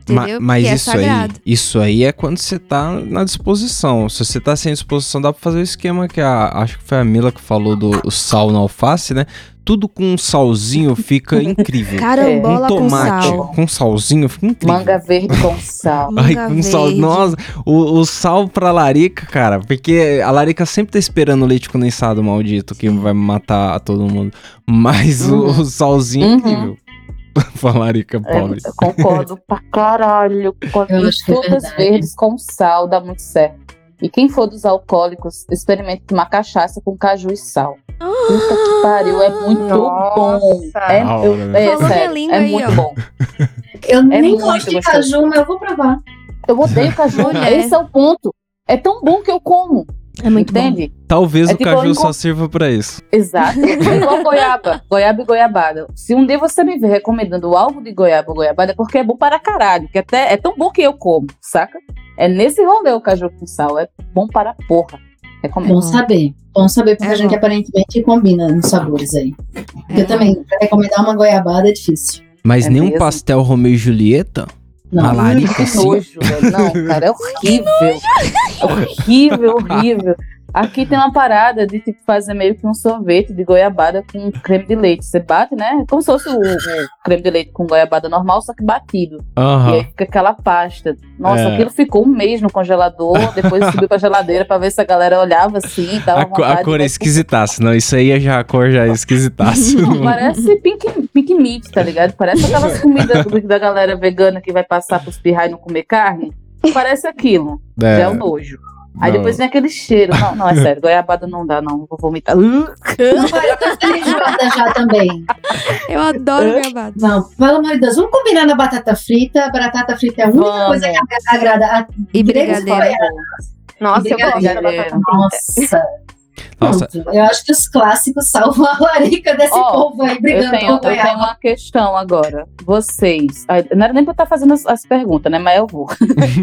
entendeu? Ma- mas Porque isso é aí, sagrado. isso aí é quando você tá na disposição. Se você tá sem disposição, dá pra fazer o esquema que a, acho que foi a Mila que falou do o sal na alface, né? Tudo com um salzinho fica incrível. Carambola um com tomate sal. com salzinho fica incrível. Manga verde com sal. Ai, Manga com sal. verde. Nossa, o, o sal pra larica, cara, porque a larica sempre tá esperando o leite condensado maldito que vai matar todo mundo. Mas Uhum. o, o salzinho é Uhum. incrível. Pra larica É, pobre. eu concordo pra caralho. Eu E acho que é frutas verdade. verdes com sal dá muito certo. E quem for dos alcoólicos, experimente tomar cachaça com caju e sal. Puta que pariu, é muito Nossa. bom. É, Da eu- hora, né? é Falou minha sério, língua é aí, muito ó. bom. Eu É nem muito gosto de gostoso. caju, mas eu vou provar. Eu odeio caju. Mulher. Esse é o ponto. É tão bom que eu como. É muito bom. entende? Talvez É o tipo, caju eu só enco- sirva pra isso. Exato. É igual goiaba. Goiaba e goiabada. Se um dia você me ver recomendando algo de goiaba ou goiabada, é porque é bom para caralho. Que até é tão bom que eu como, saca? É nesse rolê o caju com sal. É bom para porra. Recomendo. Bom saber. Bom saber, porque É a gente bom. aparentemente combina nos sabores aí. É Eu também, pra recomendar uma goiabada é difícil. Mas É nem um mesmo? pastel Romeu e Julieta? Não. A larica, Que assim? nojo, velho. Não, cara, é horrível. É horrível, horrível. Aqui tem uma parada de tipo fazer meio que um sorvete de goiabada com creme de leite. Você bate, né? Como se fosse o, o creme de leite com goiabada normal, só que batido. E Aham. aí fica aquela pasta. Nossa, É. aquilo ficou um mês no congelador, depois subiu pra geladeira pra ver se a galera olhava assim, dava A, co- a vontade cor é de- esquisitaça, não. Isso aí é já a cor já é esquisitaça. Parece pink, pink meat, tá ligado? Parece aquelas comidas do- da galera vegana que vai passar pros pirrai e não comer carne. Parece aquilo. Já é o nojo. Aí não. depois vem aquele cheiro. Não, não, é sério. Goiabada não dá, não. Vou vomitar. Uh, Não, eu tô feijoada já também. Eu adoro goiabada. Não, pelo amor de Deus, vamos combinar na batata frita. A batata frita é a única Vamos. coisa que agrada a E gregos brigadeiro. coreanos. Nossa, eu gosto da Brigadeiro. batata frita. Nossa. Nossa, Pronto. Eu acho que os clássicos salvam a larica desse Ó, povo aí eu brigando tenho, com eu o tenho goiaba. uma questão agora. Vocês. ah, Não era nem pra eu estar fazendo as, as perguntas, né? Mas eu vou.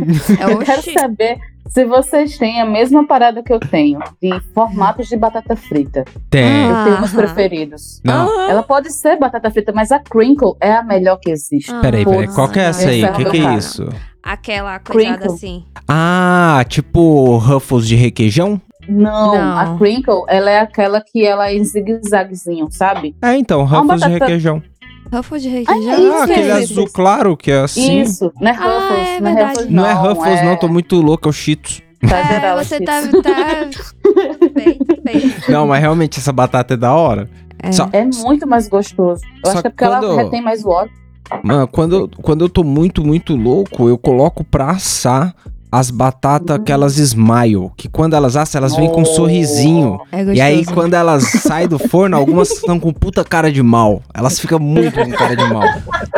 É Eu quero oxi. saber se vocês têm a mesma parada que eu tenho, de formatos de batata frita. tem. Eu tenho meus Aham. preferidos. Não, Aham. Ela pode ser batata frita, mas a crinkle é a melhor que existe. Ah. peraí, peraí. Putz, Qual que é essa aí? esse O que, é o que meu é cara. isso? Aquela coisada Crinkle. assim. Ah, tipo Ruffles de requeijão? Não, Não. a crinkle, ela é aquela que ela é em zigue-zaguezinho, sabe? É, então, Ruffles de batata- requeijão. Ruffles de Ah, requeijão. é isso, Ah, aquele é azul isso. claro que é assim. Isso, não é Ah, Ruffles, é não é verdade. Ruffles Não é Ruffles, não, tô muito louco, é o Cheetos. Tá É, geral, você assim. tá, tá... Tudo bem, tudo bem. Não, mas realmente essa batata é da hora. É. Só- É muito mais gostoso. Eu Só acho que é que porque ela quando- retém mais o óleo. Mano, quando, eu- quando eu tô muito, muito louco, eu coloco pra assar as batatas, aquelas Smile, que quando elas assam, elas vêm com um sorrisinho. É gostoso. E aí, quando elas saem do forno, algumas estão com puta cara de mal. Elas ficam muito com cara de mal.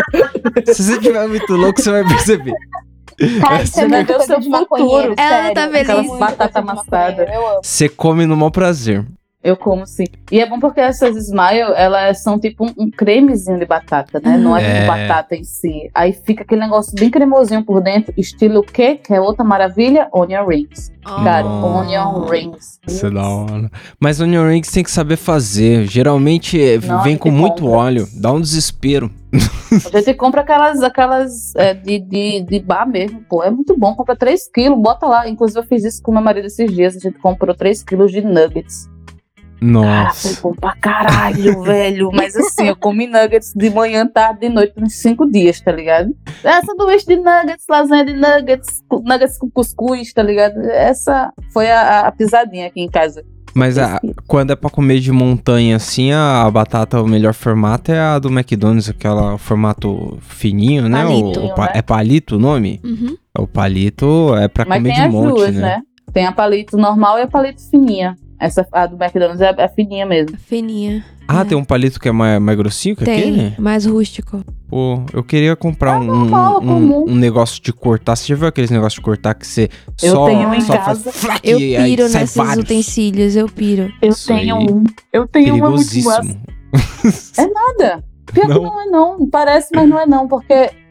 Se você tiver muito louco, você vai perceber. Cara, isso é Você vai muito ver o coisa seu de maconheiro, futuro. Ela sério. tá feliz. Aquelas batatas Batata amassada. amassada. Eu amo. Você come no mau prazer. Eu como sim. E é bom porque essas Smile, elas são tipo um, um cremezinho de batata, né? Não é, É. tipo batata em si. Aí fica aquele negócio bem cremosinho por dentro, estilo o quê? Que é outra maravilha? Onion rings. Cara, Oh. onion rings. Isso é da hora. Mas onion rings tem que saber fazer. Geralmente eh, Não, a vem gente com muito compra. óleo. Dá um desespero. A gente compra aquelas, aquelas é, de, de, de bar mesmo, pô. É muito bom. Compra três quilos, bota lá. Inclusive eu fiz isso com meu marido esses dias. A gente comprou três quilos de nuggets. Cara, Nossa. foi bom pra caralho, velho. Mas assim, eu comi nuggets de manhã, tarde, de noite, uns cinco dias, tá ligado? É, sanduíche de nuggets, lasanha de nuggets, cu- nuggets com cuscuz, tá ligado? Essa foi a, a pisadinha aqui em casa. Mas a- quando é pra comer de montanha assim, a, a batata, o melhor formato é a do McDonald's, aquela formato fininho, né? Palito, O, o pa- né? É palito o nome? Uhum. O palito é pra Mas comer tem de as monte, duas, né? né? Tem a palito normal e a palito fininha. Essa, a do McDonald's é a fininha mesmo. Fininha. Ah, É. tem um palito que é mais, mais grossinho que Tem, aquele? mais rústico. Pô, eu queria comprar um, normal, um, comum. um negócio de cortar. Você já viu aqueles negócios de cortar que você Eu só, tenho um em só casa. faz flac Eu e aí piro sai nesses vários? utensílios, eu piro. Eu Isso tenho aí. um. Eu tenho uma muito massa. Perigosíssimo. É nada. Pior Não. que não é não. Parece, mas não é não. Porque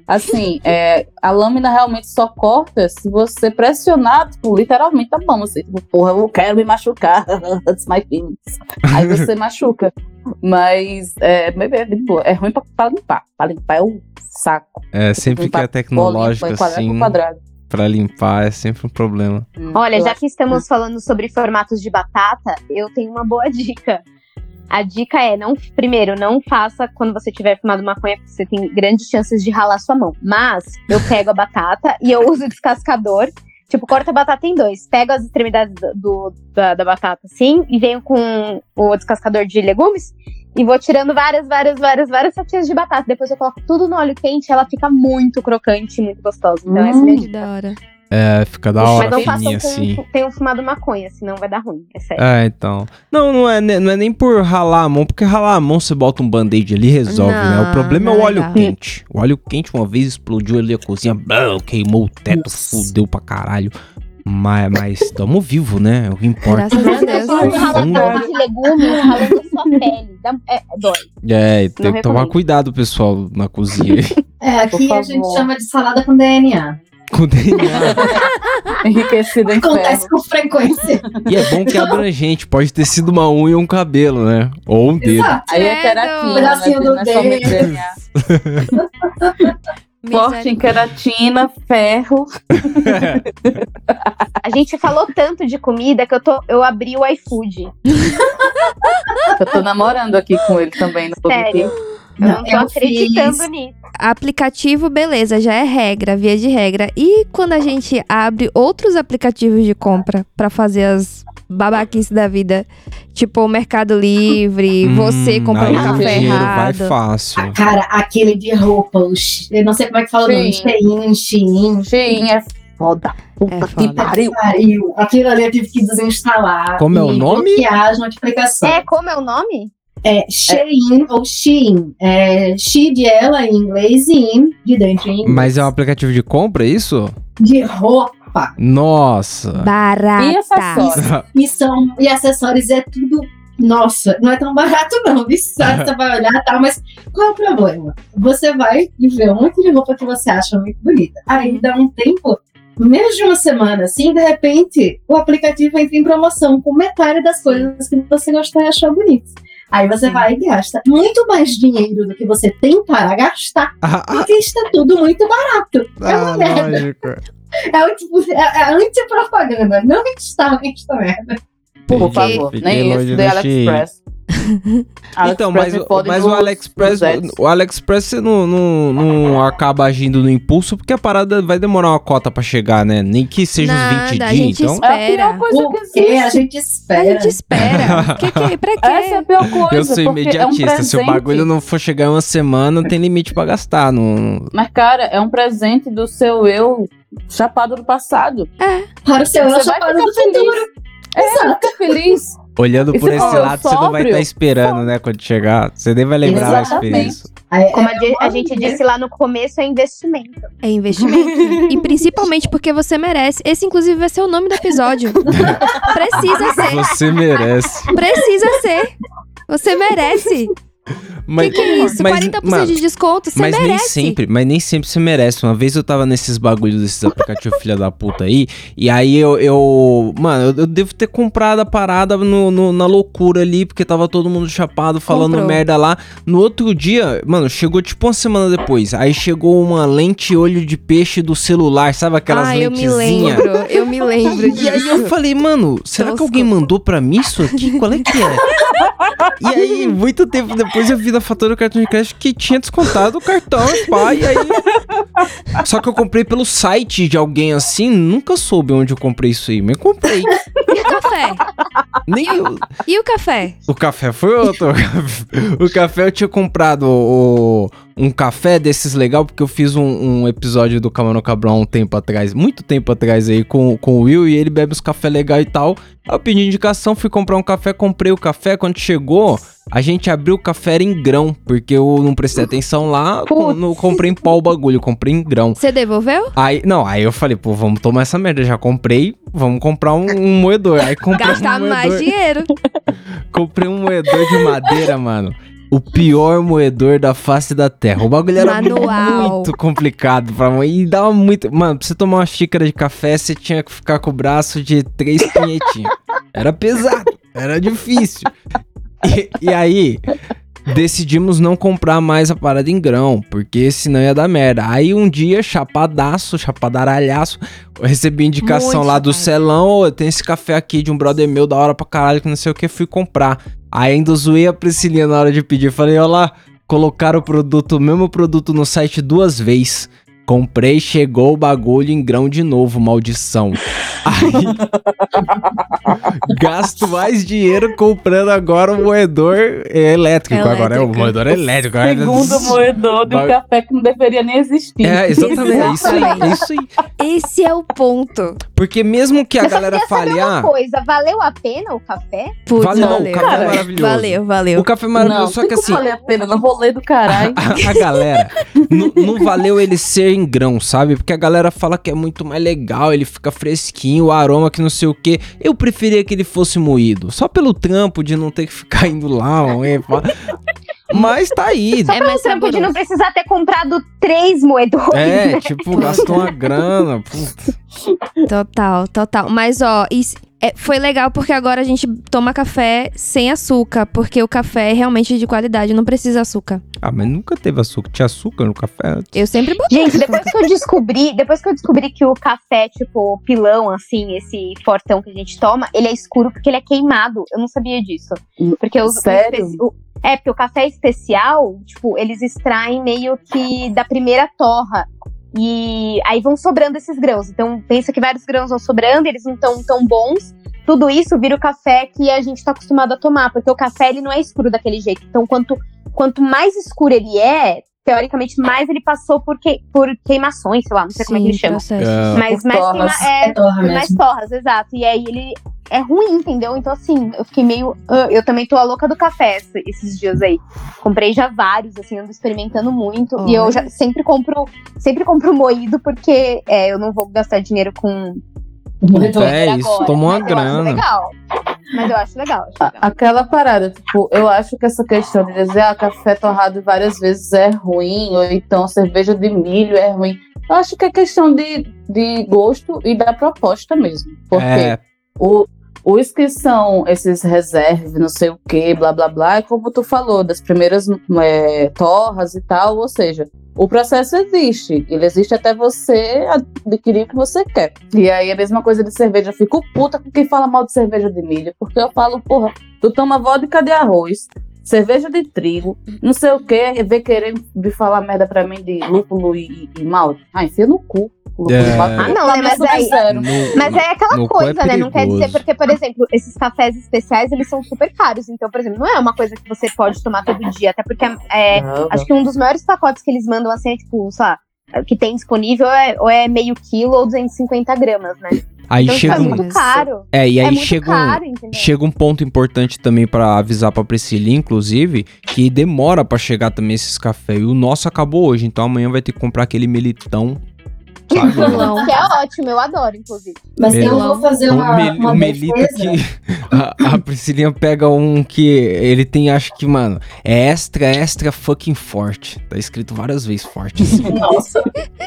Assim, é, a lâmina realmente só corta se você pressionar, tipo, literalmente a mão. Assim, tipo, porra, eu quero me machucar. That's my feelings. Aí você machuca. Mas é, é, de boa. É ruim pra, pra limpar. Pra limpar é um saco. É, sempre que é tecnológico assim, pra limpar é sempre um problema. Hum, Olha, já que estamos falando sobre formatos de batata, eu tenho uma boa dica. A dica é, não, primeiro, não faça quando você tiver fumado maconha, porque você tem grandes chances de ralar sua mão. Mas eu pego a batata e eu uso o descascador. Tipo, corta a batata em dois. Pego as extremidades do, do, da, da batata, assim, e venho com o descascador de legumes e vou tirando várias, várias, várias, várias fatias de batata. Depois eu coloco tudo no óleo quente e ela fica muito crocante, muito gostosa. Então, hum, essa é a minha que dica. da hora. É, fica da hora, Mas não fininha façam assim. com, tenham fumado maconha, senão vai dar ruim, é sério. É, então. Não, não é, não é nem por ralar a mão, porque ralar a mão você bota um band-aid ali e resolve, Não, né? O problema é não o é óleo legal. quente. O óleo quente uma vez explodiu ali a cozinha, blá, queimou o teto, fudeu pra caralho. Mas, mas tamo vivo, né? É o que importa. Graças a Deus. Falando ralador de legumes, ralando a sua pele. Dá, é, dói. É, e tem Não que tomar recomendo. cuidado, pessoal, na cozinha. É, Por aqui a favor. gente chama de salada com D N A. Com D N A. Enriquecido em ferro. Acontece com frequência. E é bom que é abrangente, pode ter sido uma unha ou um cabelo, né? Ou um dedo. Exato. Aí é Credo. queratina, né? Pedacinho do Não é somente dedo. D N A. Forte em queratina, ferro. A gente falou tanto de comida que eu, tô, eu abri o iFood. Eu tô namorando aqui com ele também no Sério. podcast. Eu não, Não, tô eu acreditando fiz- nisso. Aplicativo, beleza, já é regra, via de regra. E quando a gente abre outros aplicativos de compra pra fazer as babaquices da vida, tipo o Mercado Livre, você Hum, comprar aí um o café dinheiro errado. vai fácil. Cara, aquele de roupa, o Sh- eu não sei como é que fala o nome, Shein, Shein. Shein é foda. Puta É que foda. pariu. Pariu. Aquilo ali eu tive que desinstalar. Como é o e nome? bloquear as notificações. É, como é o nome? É Shein ou Shein. É she de ela em inglês e in de dentro em inglês. Mas é um aplicativo de compra, é isso? De roupa. Nossa. Barata. E acessórios? E, são, e acessórios é tudo. Nossa, não é tão barato, não. viu? Você vai olhar e tal, mas qual é o problema? Você vai e vê um monte de roupa que você acha muito bonita. Aí dá um tempo, menos de uma semana, assim, de repente, o aplicativo entra em promoção com metade das coisas que você gostou e achou bonitas. Aí você vai e gasta muito mais dinheiro do que você tem para gastar, Ah, ah, porque está tudo muito barato. É uma ah, merda. lógico. É, o tipo, é, é anti-propaganda. Não está esta merda. Por Porque- favor, Fiquei nem longe esse do do AliExpress. Então, mas, me o- fode mas o nos- AliExpress, nos ads. o AliExpress você não, não, não acaba agindo no impulso, porque a parada vai demorar uma cota pra chegar, né? Nem que seja uns Nada, vinte a dias, gente então. É a pior coisa O que que a existe. gente A espera. gente espera. que que, pra quê? Essa é a pior coisa. Eu sou porque é um imediatista, se o presente. bagulho não for chegar em uma semana, tem limite pra gastar. Não... Mas, cara, é um presente do seu eu chapado do passado. Para o seu eu Você vai chapado ficar do futuro. É, fica feliz. Olhando E por se esse for lado, você não vai sóbrio, estar esperando, né, quando chegar. Você nem vai lembrar da Exatamente. experiência. Aí, Como é, a, di- a gente disse lá no começo, é investimento. É investimento. E principalmente porque você merece. Esse, inclusive, vai ser o nome do episódio. Precisa ser. Você merece. Precisa ser. Você merece. Mas, que que é isso? mas, quarenta por cento mano, de desconto, você mas nem merece. sempre, mas nem sempre você merece. Uma vez eu tava nesses bagulhos desses aplicativos filha da puta aí, e aí eu, eu mano, eu, eu devo ter comprado a parada no, no- na loucura ali, porque tava todo mundo chapado, falando Comprou. merda lá. No outro dia, mano, chegou tipo uma semana depois, aí chegou uma lente olho de peixe do celular, sabe aquelas Ah, eu me lentezinhas? lembro. Eu me lembro disso. E aí eu falei, mano, será que Tosco. alguém mandou pra mim isso aqui? Qual é que é? E aí, muito tempo depois, eu vi na fatura do cartão de crédito que tinha descontado o cartão, pá, e aí... Só que eu comprei pelo site de alguém assim, nunca soube onde eu comprei isso aí, mas comprei. E o café? Nem eu... E o café? O café foi outro. O café eu tinha comprado o- um café desses legal, porque eu fiz um, um episódio do Camarão Cabrão há um tempo atrás, muito tempo atrás aí, com, com o Will, e ele bebe os cafés legais e tal. Aí eu pedi indicação, fui comprar um café, comprei o café, quando chegou, a gente abriu o café era em grão, porque eu não prestei atenção lá, com, não comprei em pó o bagulho, comprei em grão. Você devolveu? Aí, não, aí eu falei, pô, vamos tomar essa merda, já comprei, vamos comprar um, um moedor. Aí comprei Gastar um mais moedor. dinheiro. Comprei um moedor de madeira, mano. o pior moedor da face da terra. O bagulho era Manual. muito complicado pra mãe. E dava muito... Mano, pra você tomar uma xícara de café, você tinha que ficar com o braço de três punhetinhos. Era pesado, era difícil. E, e aí... decidimos não comprar mais a parada em grão, porque senão ia dar merda. Aí um dia, chapadaço, chapadaralhaço, eu recebi indicação Muito lá do chapado. Celão, ô, tem esse café aqui de um brother meu, da hora pra caralho, que não sei o que, fui comprar. Aí ainda zoei a Priscilinha na hora de pedir, falei, ó lá, colocaram o produto, o mesmo produto no site duas vezes. Comprei, chegou o bagulho em grão de novo, maldição. Aí, gasto mais dinheiro comprando agora um moedor elétrico. Elétrico. Agora é o moedor elétrico. Segundo moedor de um Ba- café que não deveria nem existir. É, exatamente, é isso aí, Exatamente. é isso aí. Esse é o ponto. Porque mesmo que a Eu só galera queria saber fale, uma ah, coisa, valeu a pena o café? Putz, valeu, o valeu. café é Cara, maravilhoso. Valeu, valeu. O café é Não, maravilhoso, só tem que como assim, valer a pena, não vou ler do caralho. a, a galera, n- não valeu ele ser em grão, sabe? Porque a galera fala que é muito mais legal, ele fica fresquinho, o aroma que não sei o que. Eu preferia que ele fosse moído, só pelo trampo de não ter que ficar indo lá, ué, pá. Mas tá aí. Só É pelo mais trampo de saboroso. não precisar ter comprado três moedores. É, né? tipo, gastou uma grana. Puta. Total, total. Mas, ó, isso é- foi legal porque agora a gente toma café sem açúcar, porque o café é realmente de qualidade, não precisa açúcar. Ah, mas nunca teve açúcar. Tinha açúcar no café antes? Eu sempre botei. Gente, depois que eu descobri, depois que eu descobri que o café, tipo, pilão, assim, esse fortão que a gente toma, ele é escuro porque ele é queimado. Eu não sabia disso. Porque os, Sério? o espe- o- é, porque o café especial, tipo, eles extraem meio que da primeira torra. E aí vão sobrando esses grãos. Então, pensa que vários grãos vão sobrando, eles não estão tão bons. Tudo isso vira o café que a gente tá acostumado a tomar, porque o café, ele não é escuro daquele jeito. Então, quanto, quanto mais escuro ele é, teoricamente, mais ele passou por, que, por queimações, sei lá, não sei como é que ele chama. processo. É. Mas Por mais torras. queima, é, É torra mais mesmo. torras, exato. E aí ele é ruim, entendeu? Então, assim, eu fiquei meio. ah, eu também tô a louca do café esse- esses dias aí. Comprei já vários, assim, ando experimentando muito. E eu Olha. já sempre compro, sempre compro moído, porque é, eu não vou gastar dinheiro com. Moedor. É isso, agora, tomou uma mas eu acho grana. legal. Mas eu acho legal. Acho A- legal. Aquela parada, tipo, eu acho que essa questão de dizer ah, café torrado várias vezes é ruim, ou então cerveja de milho é ruim. Eu acho que é questão de, de gosto e da proposta mesmo. Porque É, o, os que são esses reserve, não sei o que, blá blá blá, é como tu falou, das primeiras é, torras e tal, ou seja, o processo existe, ele existe até você adquirir o que você quer. E aí a mesma coisa de cerveja, eu fico puta com quem fala mal de cerveja de milho, porque eu falo, porra, tu toma vodka de arroz, cerveja de trigo, não sei o que, vem querer me falar merda pra mim de lúpulo e, e malte. Ah, enfia no cu. Lúpulo É. e malte. Ah, não, Pra né, mim é mas aí- zero. no- Mas é aquela no cu coisa, é né? Não quer dizer, perigoso. porque, por exemplo, esses cafés especiais, eles são super caros. Então, por exemplo, não é uma coisa que você pode tomar todo dia. Até porque é, Não, acho que um dos maiores pacotes que eles mandam, assim, é tipo, sei lá, que tem disponível é, ou é meio quilo ou duzentos e cinquenta gramas, né? Aí Então, chega é um, muito Isso. caro. é, e É aí muito chega um, caro, entendeu? chega um ponto importante também pra avisar pra Priscila, inclusive, que demora pra chegar também esses cafés. E o nosso acabou hoje, então amanhã vai ter que comprar aquele melitão, sabe? Melão. Que é ótimo, eu adoro, inclusive. Mas eu Melão. vou fazer O, uma, mel- uma o Melita defesa. que. A, a Priscilinha pega um que ele tem, acho que, mano, é extra, extra fucking forte. Tá escrito várias vezes forte. Assim. Nossa.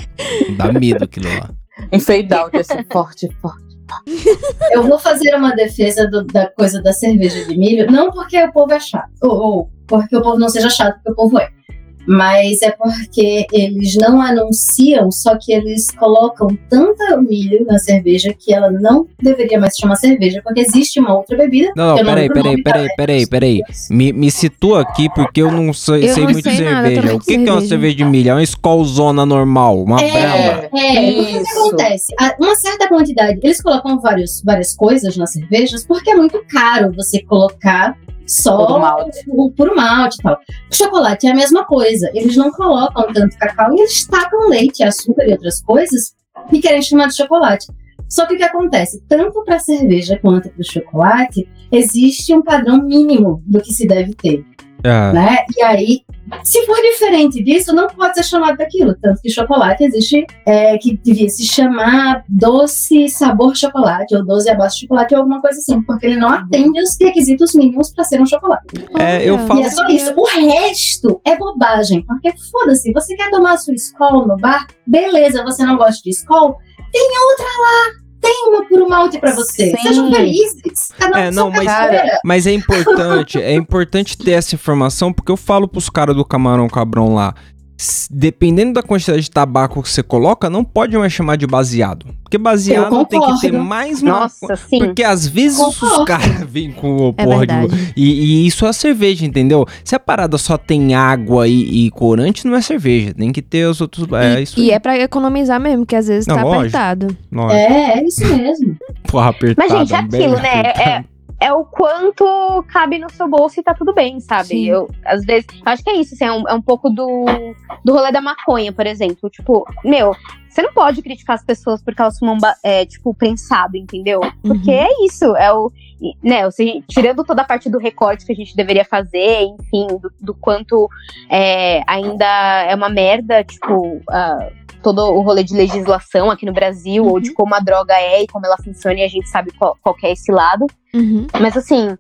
Dá medo aquilo lá. Em fade out, assim, forte, forte. Eu vou fazer uma defesa do- da coisa da cerveja de milho, não porque o povo é chato, ou, ou porque o povo não seja chato, porque o povo é. Mas é porque eles não anunciam, só que eles colocam tanta milho na cerveja que ela não deveria mais se chamar cerveja, porque existe uma outra bebida. Não, que eu peraí, lembro o peraí, nome, peraí, tá? peraí, peraí. Me, me situa aqui porque eu não sei, Eu sei não muito sei de nada cerveja. também O de que, que é uma cerveja. cerveja de milho? É uma Skol-zona normal, uma É, Brahma. é, o que Isso. acontece? A- Uma certa quantidade, eles colocam vários, várias coisas nas cervejas porque é muito caro você colocar só Puro malte. o, o puro malte e tal. O chocolate é a mesma coisa, eles não colocam tanto cacau e eles tacam leite, açúcar e outras coisas e querem chamar de chocolate. Só que o que acontece? Tanto para cerveja quanto para o chocolate, existe um padrão mínimo do que se deve ter. É. Né? E aí, se for diferente disso, não pode ser chamado daquilo. Tanto que chocolate existe, é, que devia se chamar doce sabor chocolate, ou doce à base de chocolate, ou alguma coisa assim, porque ele não atende os requisitos mínimos para ser um chocolate. É, eu Olha. falo- E é só isso. O resto é bobagem, porque foda-se, você quer tomar sua Skol no bar? Beleza, você não gosta de Skol? Tem outra lá! Tem uma por um malte pra você. Sim. Sejam felizes. Cada um É, com não, sua mas- carteira. Mas é importante, é importante ter essa informação, porque eu falo pros caras do Camarão Cabrão lá, s- dependendo da quantidade de tabaco que você coloca, não pode mais chamar de baseado. Porque baseado Eu tem que ter concordo. mais uma... Nossa, sim. Porque às vezes os Concordo. caras vêm com o É porra de... verdade. E, e isso é cerveja, entendeu? Se a parada só tem água e, e corante, não é cerveja. Tem que ter os outros... É e, isso e aí. é pra economizar mesmo, que às vezes Não, tá lógico. apertado. Nossa, É, é isso mesmo. porra apertada. Mas, gente, é bem aquilo, né? apertada. É o quanto cabe no seu bolso e tá tudo bem, sabe? Sim. Eu, às vezes, acho que é isso, assim, é um, é um pouco do, do rolê da maconha, por exemplo. Tipo, meu, você não pode criticar as pessoas porque elas fumam, ba- é, tipo, prensado, entendeu? Porque Uhum. é isso, é o... e, né, assim, tirando toda a parte do recorte que a gente deveria fazer, enfim, do, do quanto é, ainda é uma merda, tipo... ah, todo o rolê de legislação aqui no Brasil, ou de como a droga é e como ela funciona, e a gente sabe qual, qual que é esse lado. Uhum. Mas assim,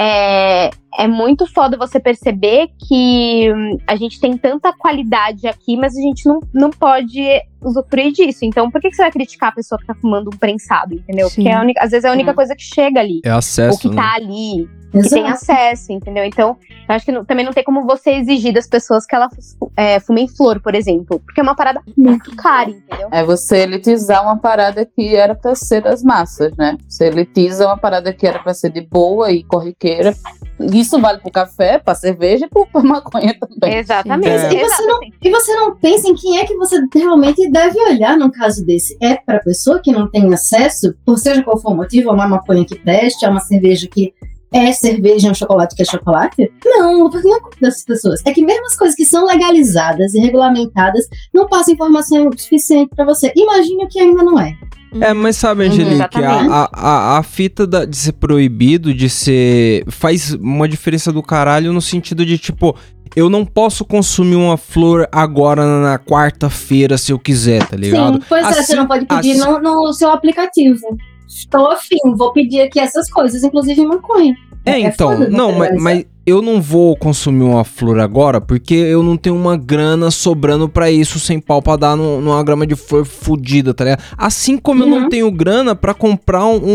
é, é muito foda você perceber que hum, a gente tem tanta qualidade aqui, mas a gente não, não pode usufruir disso. Então, por que, que você vai criticar a pessoa que tá fumando um prensado, entendeu? Sim. Porque é a única, às vezes é a única Hum. coisa que chega ali. É Ou acesso, que né? tá ali, que tem Exato. acesso, entendeu? Então, eu acho que não- também não tem como você exigir das pessoas que elas é, fumem flor, por exemplo. Porque é uma parada muito cara, entendeu? É você elitizar uma parada que era pra ser das massas, né? Você elitiza uma parada que era pra ser de boa e corriqueira. Isso vale pro café, pra cerveja e pro, pra maconha também. Exatamente. É. E você, não, Exatamente. e você não pensa em quem é que você realmente deve olhar num caso desse. É pra pessoa que não tem acesso, por seja qual for o motivo, a uma maconha que preste, a uma cerveja que é cerveja e um chocolate que é chocolate? Não, porque não é culpa dessas pessoas. É que mesmo as coisas que são legalizadas e regulamentadas não passam informação suficiente pra você. Imagine o que ainda não é. É, mas sabe, Uhum, Angelique, exatamente. a, a, a fita da- de ser proibido, de ser... faz uma diferença do caralho no sentido de, tipo, eu não posso consumir uma flor agora na quarta-feira se eu quiser, tá ligado? Sim, pois é, Assim- você não pode pedir assim- no, no seu aplicativo. Estou afim, vou pedir aqui essas coisas, inclusive maconha. É, então, foda não, mas, legalizar. mas eu não vou consumir uma flor agora porque eu não tenho uma grana sobrando pra isso sem pau pra dar no- numa grama de flor fudida, tá ligado? Assim como eu não Uhum. tenho grana pra comprar um,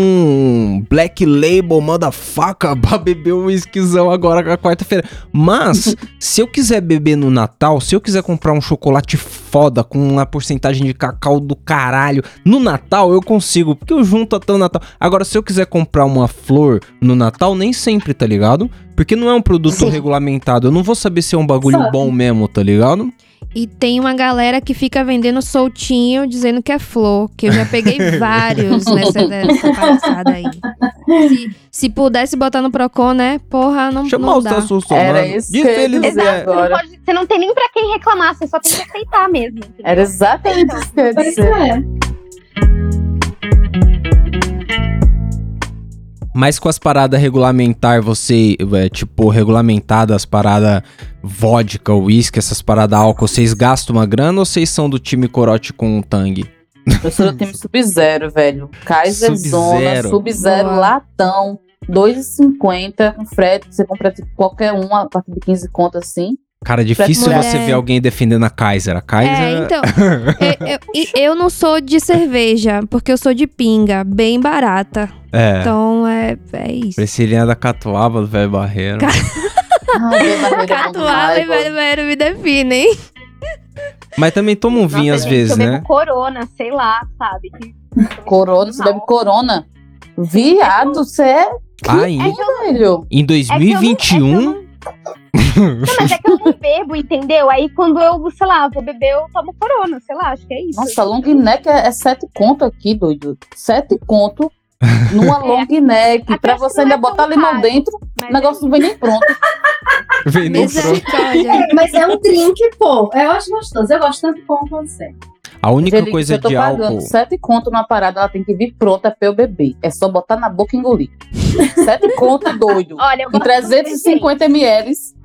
um Black Label motherfucker pra beber um whiskyzão agora na quarta-feira. Mas, se eu quiser beber no Natal, se eu quiser comprar um chocolate foda com uma porcentagem de cacau do caralho no Natal, eu consigo, porque eu junto até o Natal. Agora, se eu quiser comprar uma flor no Natal, nem sempre, tá ligado? Porque não é um produto Sim. regulamentado. Eu não vou saber se é um bagulho Sabe. bom mesmo, tá ligado? E tem uma galera que fica vendendo soltinho, dizendo que é flor. Que eu já peguei vários nessa, nessa palhaçada aí. Se, se pudesse botar no Procon, né? Porra, não, Chamar não os dá. seus Era isso que eu ia dizer. Exato, você não, agora. pode- você não tem nem pra quem reclamar, você só tem que aceitar mesmo. entendeu? Era exatamente isso que eu ia Pois dizer. é. Mas com as paradas regulamentar, você, é, tipo, regulamentadas, as paradas vodka, whisky, essas paradas álcool, vocês gastam uma grana ou vocês são do time corote com tangue? Eu sou do time Sub-Zero, velho. Kaiser Zona, Sub-Zero. Sub-Zero, Boa. latão, dois reais e cinquenta com frete. Você compra tipo, qualquer um a partir de quinze conto assim. Cara, é difícil Mulher. você ver alguém defendendo a Kaiser. A Kaiser... É, então, eu, eu- e eu não sou de cerveja, porque eu sou de pinga, bem barata. É. Então, é, é isso. Priscilinha da Catuaba, do velho Barreiro. Ai, meu barreiro é bom Catuaba e demais, velho velho me definem. Mas também toma um vinho Nossa, às gente, vezes, eu bebo né? Corona, sei lá, sabe? Que- Corona, você Não. bebe Corona. Viado, você é Aí, É que eu, velho. em dois mil e vinte e um... não, mas é que eu não bebo, entendeu? Aí quando eu, sei lá, vou beber, eu tomo Corona, sei lá, acho que é isso. Nossa, long neck é, é sete conto aqui, doido. Sete conto numa É. long neck. Até Pra acho que você não ainda é tão botar limão caro. dentro, Mas o negócio não vem nem pronto. Vem nem pronto. Misericórdia. É, mas é um drink, pô. Eu acho gostoso. Eu gosto tanto como você. A única Angelique, coisa se eu tô de pagando álcool... sete conto numa parada, ela tem que vir pronta pra eu beber. É só botar na boca e engolir. Sete conto, doido. Olha, eu Com gosto trezentos e cinquenta mililitros.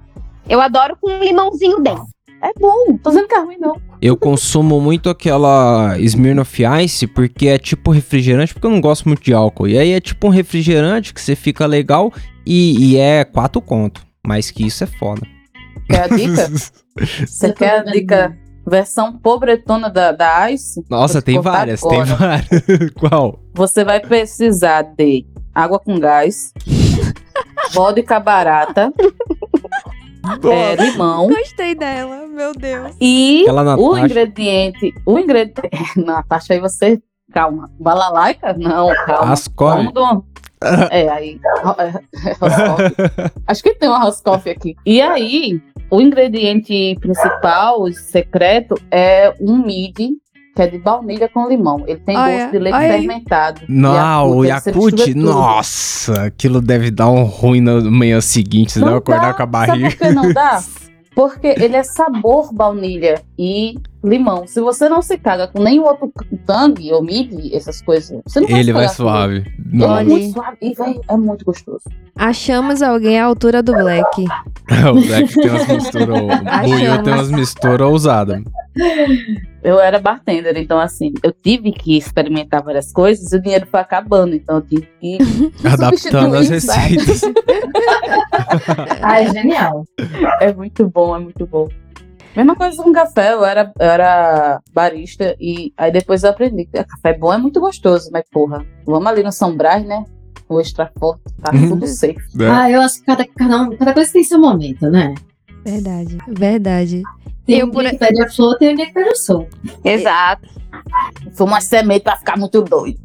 Eu adoro com um limãozinho dentro. É bom, tô dizendo que é ruim, não. Eu consumo muito aquela Smirnoff Ice porque é tipo refrigerante, porque eu não gosto muito de álcool. E aí é tipo um refrigerante que você fica legal e, e é quatro conto. Mais que isso é foda. Quer a dica? Você quer a dica versão pobretona da, da Ice? Nossa, tem várias, agora. tem várias. Qual? Você vai precisar de água com gás, vodka barata, é, limão. Gostei dela, meu Deus. E Aquela o Natasha. ingrediente. O ingrediente. Natasha, aí você. Calma. Balalaica? Não, calma. Ascove. Vamos do- É, aí. é, Roscoff. Acho que tem uma Roscoff aqui. E aí, o ingrediente principal, secreto, é um midi, que é de baunilha com limão. Ele tem Olha, gosto de leite olha aí. fermentado. Não, o aí você Yakult, mistura tudo. nossa, aquilo deve dar um ruim na manhã seguinte, você Não deve acordar dá. com a barriga. Sabe por que não dá? Porque ele é sabor baunilha e limão. Se você não se caga com nenhum outro tang ou midi, essas coisas, você não vai Ele se vai cagar com suave. Ele Nossa. é muito suave e, véi, é muito gostoso. Achamos alguém à altura do Black. O Black tem umas misturas. O Buiu tem umas misturas ousadas. Eu era bartender, então assim, eu tive que experimentar várias coisas e o dinheiro foi acabando, então eu tive que Adaptando as substituir, sabe? receitas. Ah, é genial. É muito bom, é muito bom. Mesma coisa com café, eu era, eu era barista e aí depois eu aprendi que café bom é muito gostoso, mas porra, vamos ali no São Brás, né? O extra forte, tá tudo safe. É. Ah, eu acho que cada, cada, um- cada coisa tem seu momento, né? Verdade, verdade. Tem Eu um por- dia que pede a flor, tem um dia que pede o sol. Exato. Foi uma semente pra ficar muito doido.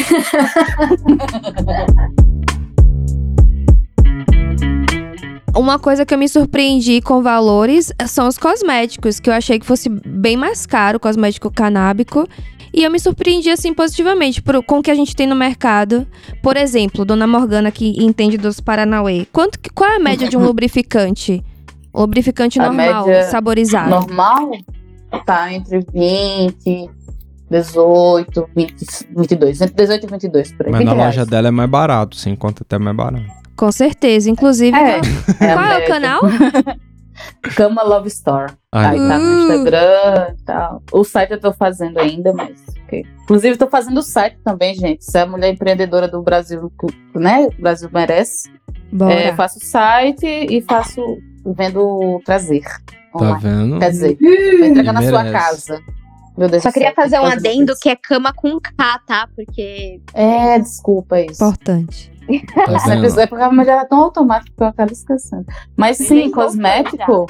Uma coisa que eu me surpreendi com valores são os cosméticos, que eu achei que fosse bem mais caro, o cosmético canábico. E eu me surpreendi, assim, positivamente por- com o que a gente tem no mercado. Por exemplo, Dona Morgana, que entende dos Paranauê. Quanto, que- qual é a média de um lubrificante? Lubrificante A normal, média saborizado. Normal tá entre vinte, dezoito, vinte, vinte e dois. Entre dezoito e vinte e dois, por aí. Mas vinte na reais. loja dela é mais barato, sem conta até mais barato. Com certeza. Inclusive, É, qual, é a qual é o média. canal? Cama Love Store. Ai, Aí tá no Uh. Instagram e tal. O site eu tô fazendo ainda, mas. ok. Inclusive, tô fazendo o site também, gente. Se é a mulher empreendedora do Brasil, que, né? O Brasil merece. Bora. É, faço o site e faço. Vendo trazer. tá online. vendo? Quer dizer, vou entregar na Ele sua merece. casa. Meu Deus Só do queria céu, tem fazer um que adendo isso. que é cama com K, tá? Porque É, desculpa isso. Importante. Tá Esse vendo? episódio mas já é tão automático que eu acabo esquecendo. Mas sim, Nem cosmético.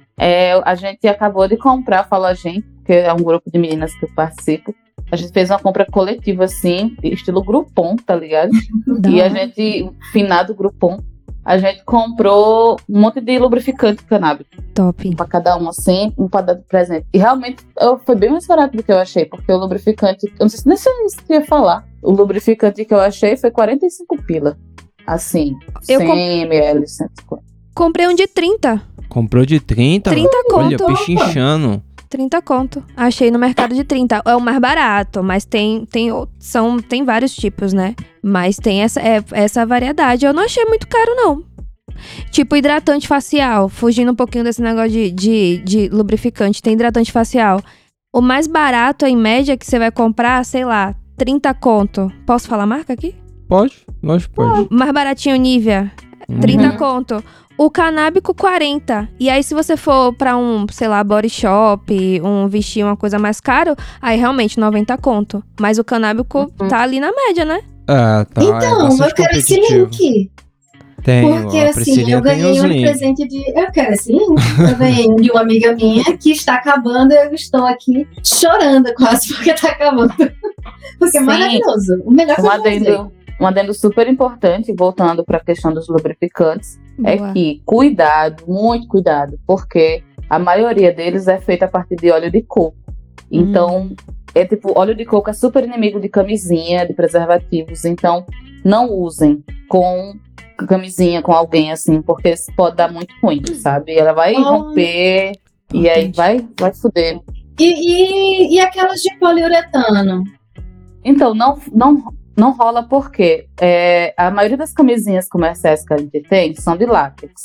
É, a gente acabou de comprar, fala a gente, que é um grupo de meninas que eu participo. A gente fez uma compra coletiva, assim, estilo Groupon, tá ligado? Da E a hora. gente, finado Groupon, a gente comprou um monte de lubrificante canábico. Top. Um pra cada um, assim, um pra dar de presente. E realmente eu- foi bem mais barato do que eu achei, porque o lubrificante, eu não sei se nem se eu ia falar, o lubrificante que eu achei foi quarenta e cinco pila. Assim, Eu cem mililitros, cento e cinquenta. Comprei um de trinta. Comprou de trinta? trinta Olha, conto. pechinchando. trinta conto. Achei no mercado de trinta. É o mais barato, mas tem, tem, o- são, tem vários tipos, né? Mas tem essa, é, essa variedade. Eu não achei muito caro, não. Tipo hidratante facial. Fugindo um pouquinho desse negócio de, de, de lubrificante. Tem hidratante facial. O mais barato, em média, que você vai comprar, sei lá, trinta conto. Posso falar a marca aqui? Pode? Lógico, pode. O mais baratinho, Nivea. Uhum. trinta conto. O canábico, quarenta. E aí, se você for pra um, sei lá, body shop, um vestir, uma coisa mais caro, aí realmente noventa conto. Mas o canábico Uhum. tá ali na média, né? É, tá. é Então, bastante eu quero esse competitivo. link. Tem, Porque a assim, Priscilinha eu tem ganhei os um links. presente de. Eu quero esse link. Eu ganhei um de uma amiga minha que está acabando. Eu estou aqui chorando quase porque está acabando. Porque é Sim. maravilhoso. O melhor que Um eu já usei. adendo, um adendo super importante, voltando para a questão dos lubrificantes, Boa. é que cuidado, muito cuidado, porque a maioria deles é feita a partir de óleo de coco. Então, é tipo, óleo de coco é super inimigo de camisinha, de preservativos. Então, não usem com camisinha com alguém assim, porque isso pode dar muito ruim, sabe? Ela vai Ah. romper e aí Importante. vai, vai fuder. E, e, e aquelas de poliuretano? Então, não, não, não rola porque é, a maioria das camisinhas comerciais que a gente tem são de látex.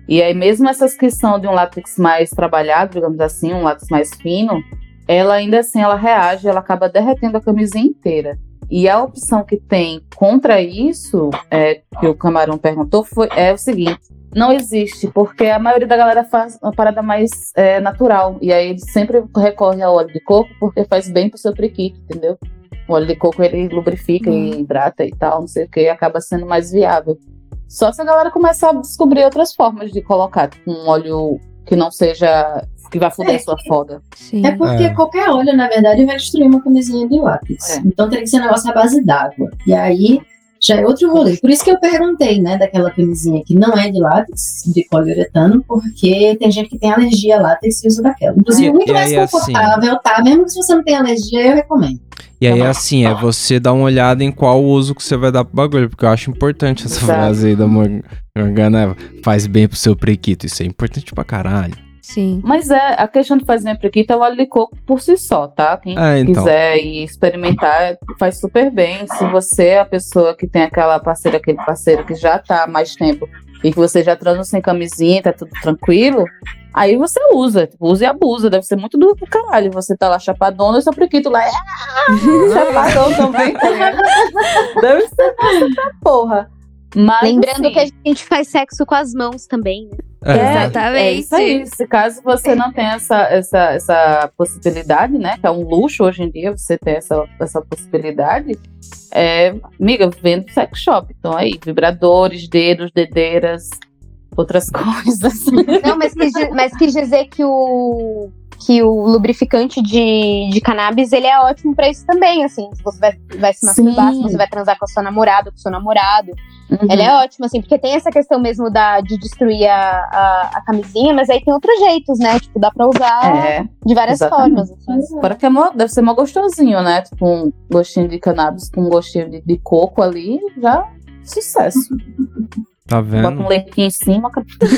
E aí, mesmo essas que são de um látex mais trabalhado, digamos assim, um látex mais fino, ela ainda assim, ela reage, ela acaba derretendo a camisinha inteira. E a opção que tem contra isso, é, que o Camarão perguntou, foi, é o seguinte: não existe, porque a maioria da galera faz uma parada mais é, natural. E aí, ele sempre recorre ao óleo de coco, porque faz bem pro seu priquito, entendeu? O óleo de coco, ele lubrifica Hum. e hidrata e tal, não sei o que, e acaba sendo mais viável. Só se a galera começar a descobrir outras formas de colocar, tipo um óleo que não seja, que vai foder É. a sua foda. Sim. É porque É. qualquer óleo, na verdade, vai destruir uma camisinha de látex. É. Então teria que ser um negócio à base d'água. E aí já é outro rolê. Por isso que eu perguntei, né, daquela camisinha que não é de látex, de poliuretano, porque tem gente que tem alergia a látex e usa daquela. Inclusive, E- muito e mais aí, assim- confortável, tá? Mesmo que se você não tem alergia, eu recomendo. E aí, assim, é você dar uma olhada em qual uso que você vai dar pro bagulho, porque eu acho importante essa Exato. frase aí da Mor- Morgana, faz bem pro seu prequito, isso é importante pra caralho. Sim. Mas é, a questão de fazer prequito é o óleo de coco por si só, tá? Quem É, então. quiser ir experimentar, faz super bem. Se você é a pessoa que tem aquela parceira, aquele parceiro que já tá há mais tempo e que você já transa sem camisinha, tá tudo tranquilo, aí você usa, tipo, usa e abusa. Deve ser muito do caralho. Você tá lá chapadona e seu prequito lá é chapadão também, tá ligado? Deve ser massa pra porra. Mas, Lembrando assim, que a gente faz sexo com as mãos também, né? É, É, Exatamente. é isso aí. Se caso você não tem essa, essa, essa possibilidade, né? Que é um luxo hoje em dia você ter essa, essa possibilidade. É, amiga, vendo sex shop. Então aí, vibradores, dedos, dedeiras, outras coisas. Não, mas quis, di- mas quis dizer que o, que o lubrificante de, de cannabis, ele é ótimo pra isso também, assim. Se você vai, vai se masturbar, Sim. se você vai transar com a sua namorada, com o seu namorado. Uhum. Ele é ótimo, assim, porque tem essa questão mesmo da, de destruir a, a, a camisinha, mas aí tem outros jeitos, né? Tipo, dá pra usar É, de várias exatamente. formas. Assim. fora que é mó- deve ser mó gostosinho, né? Tipo, um gostinho de cannabis com um gostinho de, de coco ali, já sucesso. Tá Bota um vendo? leitinho em cima.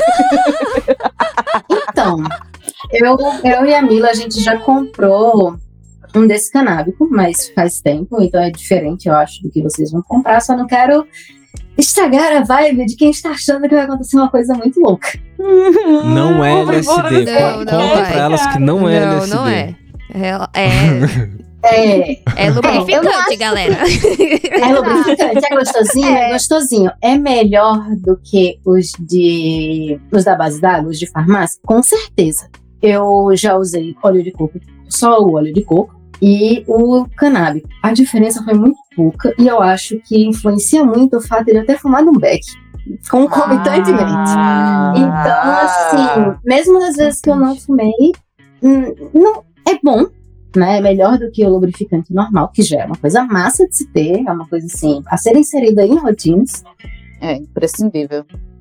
Então, eu, eu e a Mila, a gente já comprou um desse canábico, mas faz tempo, então é diferente, eu acho, do que vocês vão comprar. Só não quero estragar a vibe de quem está achando que vai acontecer uma coisa muito louca. Não é L S D. Não, não Conta vai. pra elas que não é L S D. Não, não é. É, é, É, é eu não lubrificante, acho galera. é lubrificante, é gostosinho, é. gostosinho. É melhor do que os de os da base d'água, os de farmácia? Com certeza. Eu já usei óleo de coco, só o óleo de coco e o canábico. A diferença foi muito pouca e eu acho que influencia muito o fato de eu ter fumado um beck concomitantemente. Ah. Então, assim, mesmo nas vezes que eu não fumei, hum, não, é bom, né? É melhor do que o lubrificante normal, que já é uma coisa massa de se ter, é uma coisa assim, a ser inserida em rotinas. É imprescindível.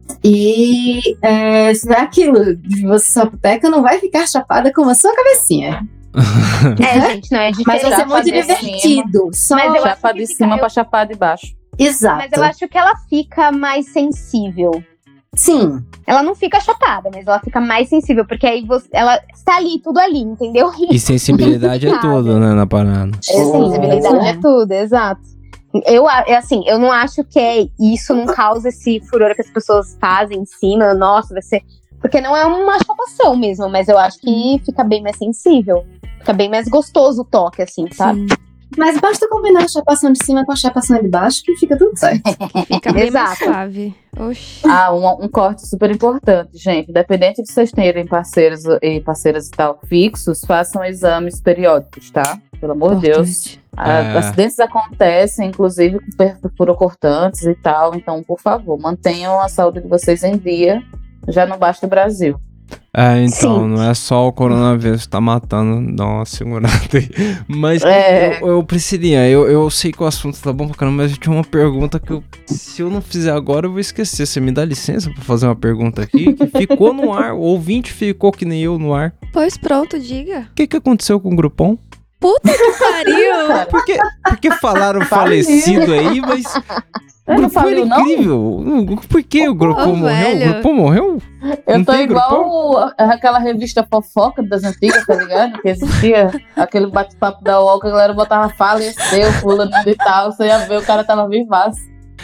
E é, se não é aquilo, de você só peca, não vai ficar chapada com a sua cabecinha. É, gente, não é diferente. Mas vai ser muito Chapa de divertido. Só Mas eu acho Chapa que de fica- cima eu- pra chapar de baixo. exato. Mas eu acho que ela fica mais sensível. Sim. Ela não fica chapada, mas ela fica mais sensível, porque aí você, ela está ali, tudo ali, entendeu? E sensibilidade é tudo, né, na parada. É, sensibilidade é. é tudo, exato. Eu, a- é assim, eu não acho que é, isso não causa esse furor que as pessoas fazem em cima, nossa, vai ser... Porque não é uma chapação mesmo, mas eu acho que fica bem mais sensível. Fica bem mais gostoso o toque, assim, sabe? Sim, Mas basta combinar a chapação de cima com a chapação de baixo que fica tudo certo. fica bem mais Exato. suave. Oxi. Ah, um, um corte super importante, gente. Independente de vocês terem parceiros e parceiras e tal fixos, façam exames periódicos, tá? Pelo amor de Deus. Importante. Ah, É. Acidentes acontecem, inclusive com per- furocortantes e tal. Então, por favor, mantenham a saúde de vocês em dia. Já não basta o Brasil. É, então, Sim. não é só o coronavírus que tá matando, dá uma segurada aí. Mas, É. eu, eu Priscilinha, eu, eu sei que o assunto tá bom pra caramba, mas eu tinha uma pergunta que eu, se eu não fizer agora, eu vou esquecer. Você me dá licença pra fazer uma pergunta aqui que ficou no ar, o ouvinte ficou que nem eu no ar. Pois pronto, diga. O que que aconteceu com o Groupon? Puta que pariu! Cara, Porque, porque falaram Faliu. falecido aí, mas... O eu não Groupon falei, era não. incrível. Por que o Groupon Ô, morreu? velho. O Groupon morreu? Eu Não tô tem igual aquela revista fofoca das antigas, tá ligado? Que existia aquele bate-papo da U O L que a galera botava faleceu, fulano de tal, você ia ver, o cara tava vivaço.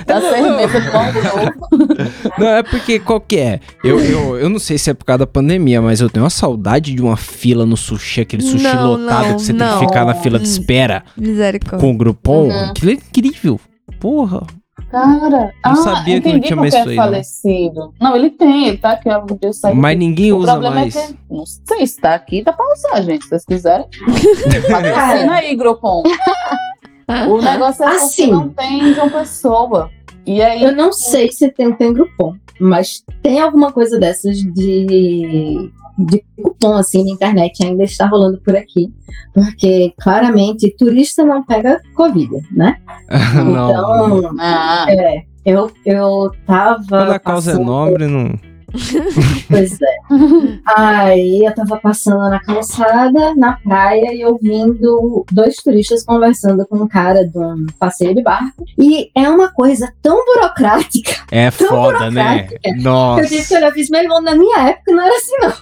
Da firmeza do ano novo. Não, é porque qual que é? Eu, eu, eu não sei se é por causa da pandemia, mas eu tenho uma saudade de uma fila no sushi, aquele sushi Não, lotado não, que você não. tem que ficar na fila de espera Misericórdia. com o Groupon. Uhum. Aquilo é incrível. Porra. Cara, Não ah, sabia que não entendi tinha porque mais é isso aí, não. falecido. Não. ele tem, ele tá aqui, ó, o dia saiu. Mas ninguém O usa problema mais. é que, não sei se tá aqui, dá pra usar, gente, se vocês quiserem. Patrocina aí, Groupon. O negócio é que Assim. você não tem de uma pessoa. E aí, Eu não sei se tem, tem Groupon, mas tem alguma coisa dessas de, de cupom assim na internet, ainda está rolando por aqui. Porque claramente turista não pega Covid, né? Não. Então, ah, é, eu, eu tava. Quando a causa é passando- nobre, não. Pois é. Aí eu tava passando na calçada, na praia, e ouvindo dois turistas conversando com um cara de um passeio de barco. E é uma coisa tão burocrática. É Tão foda, né? burocrática. Que eu Nossa. disse que eu fiz, meu irmão, na minha época não era assim, não.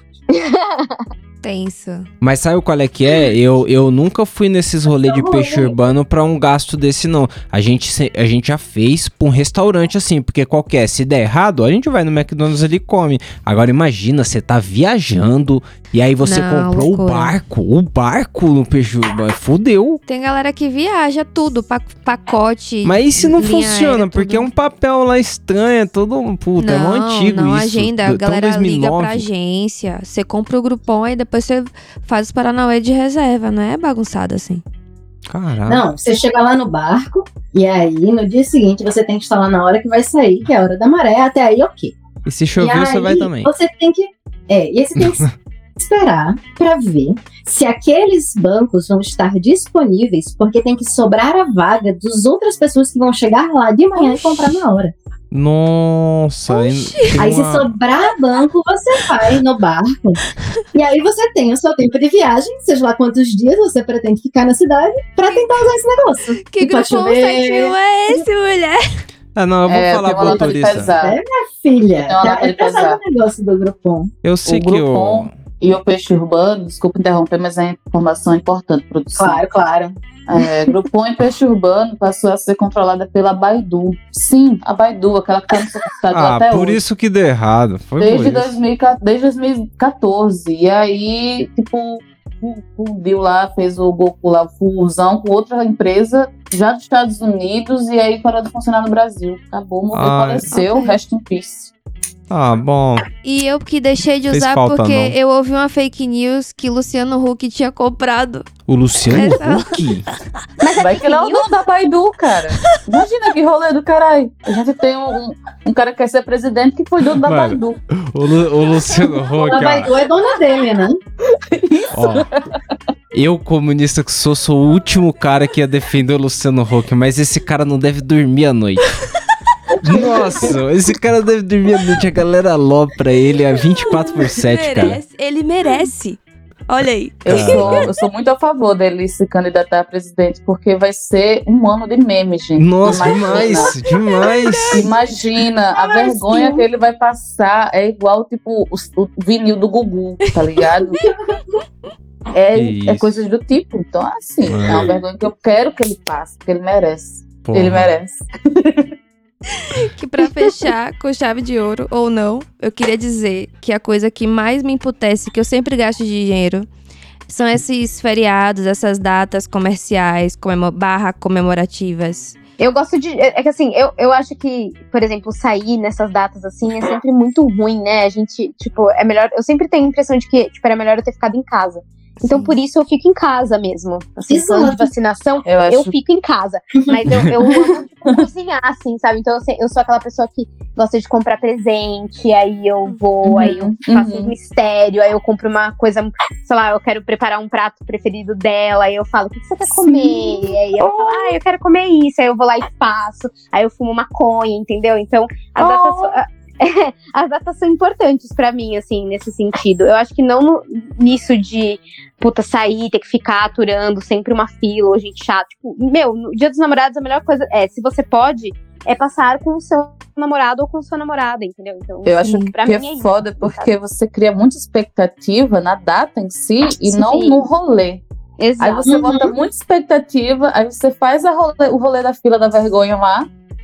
Tenso. Mas sabe qual é que é? Eu, eu nunca fui nesses rolês de peixe urbano pra um gasto desse, não. A gente, se- a gente já fez pra um restaurante assim, porque qualquer, se der errado, a gente vai no McDonald's ali e come. Agora imagina, você tá viajando e aí você Não, comprou loucura. o barco, o barco no peixe urbano, fudeu. Tem galera que viaja tudo, pa- pacote. Mas isso não linha funciona, aérea, porque é tudo. um papel lá estranho, é todo, puta, é mó Não, antigo não isso. agenda, do- a galera tão dois mil e liga nove. pra agência. Você compra o Groupon e depois você faz os Paranauê de reserva, não é bagunçado assim. Caraca. Não, você chega lá no barco, e aí no dia seguinte você tem que estar lá na hora que vai sair, que é a hora da maré, até aí ok. E se E chover, aí, você vai também. Você tem que. É, e aí você tem que esperar pra ver se aqueles bancos vão estar disponíveis, porque tem que sobrar a vaga das outras pessoas que vão chegar lá de manhã e comprar na hora. Nossa, aí tem Aí se uma- sobrar banco, você vai no barco. E aí você tem o seu tempo de viagem, seja lá quantos dias você pretende ficar na cidade, pra tentar usar esse negócio. Que E pode Groupon chover. sete mil é esse, mulher? Ah, não, eu vou é, falar tem uma pro nota de motorista. pesar. É, minha filha. Tem uma nota É de pesado pesar. o negócio do Groupon. Eu sei O que eu... Groupon e o peixe urbano, desculpa interromper, mas é informação importante, produção. Claro, claro. É, Groupon e peixe urbano passou a ser controlada pela Baidu. Sim, a Baidu, aquela que está no seu computador Ah, até por hoje. isso que deu errado. Foi Desde, por isso. dois mil e quatorze, desde dois mil e quatorze. E aí, tipo, fundiu lá, fez o Goku lá, fusão com outra empresa já dos Estados Unidos e aí parou de funcionar no Brasil. Acabou, morreu, Ai. faleceu, Ok. rest in peace. Ah, bom. E eu que deixei de Fez usar falta, porque não. eu ouvi uma fake news que Luciano Huck tinha comprado. O Luciano Essa- Huck? Mas é Vai fake que não, news? não da Baidu, cara. Imagina que rolê do caralho. A gente tem um, um, um cara que quer ser presidente que foi dono da Mano. Baidu. O, Lu- o Luciano Huck, A ó. Baidu é dona dele, né? Ó, eu, comunista que sou, sou o último cara que ia defender o Luciano Huck, mas esse cara não deve dormir à noite. Nossa, esse cara deve dormir à noite, a galera alopra ele a vinte e quatro por sete, cara. merece, ele merece. Olha aí. Eu Cara. sou, eu sou muito a favor dele se candidatar a presidente, porque vai ser um ano de meme, gente. Nossa, Imagina. demais, demais. Imagina, a Ai, vergonha sim. que ele vai passar é igual, tipo, o, o vinil do Gugu, tá ligado? É, Que é isso. coisas do tipo. Então, assim, é. É. uma vergonha que eu quero que ele passe, que ele merece. Porra. Ele merece. Que pra fechar com chave de ouro ou não, eu queria dizer que a coisa que mais me emputece, que eu sempre gasto dinheiro, são esses feriados, essas datas comerciais, comemo- barra comemorativas. Eu gosto de. É é que assim, eu, eu acho que, por exemplo, sair nessas datas assim é sempre muito ruim, né? A gente, tipo, é melhor. Eu sempre tenho a impressão de que, tipo, era melhor eu ter ficado em casa. Então, Sim. por isso eu fico em casa mesmo. Assim, Exato. falando de vacinação, Eu acho. eu fico em casa. Mas eu, eu amo tipo, cozinhar, assim, sabe? Então eu, sei- eu sou aquela pessoa que gosta de comprar presente, aí eu vou, Uhum, aí eu faço uhum. um mistério, aí eu compro uma coisa, sei lá, eu quero preparar um prato preferido dela, aí eu falo, o que que você quer comer? Aí ela fala, ah, eu quero comer isso, aí eu vou lá e faço, aí eu fumo maconha, entendeu? Então, as Oh. datas. As datas são importantes pra mim, assim, nesse sentido. Eu acho que não no- nisso de, puta, sair, ter que ficar aturando sempre uma fila, ou gente chata. Tipo, meu, no Dia dos Namorados a melhor coisa é, se você pode, é passar com o seu namorado ou com sua namorada, entendeu? Então, Eu acho pra que mim é isso, foda porque você cria muita expectativa na data em si e Sim. não no rolê. Aí Exato. você Uhum. bota muita expectativa, aí você faz a rolê- o rolê da fila da vergonha lá,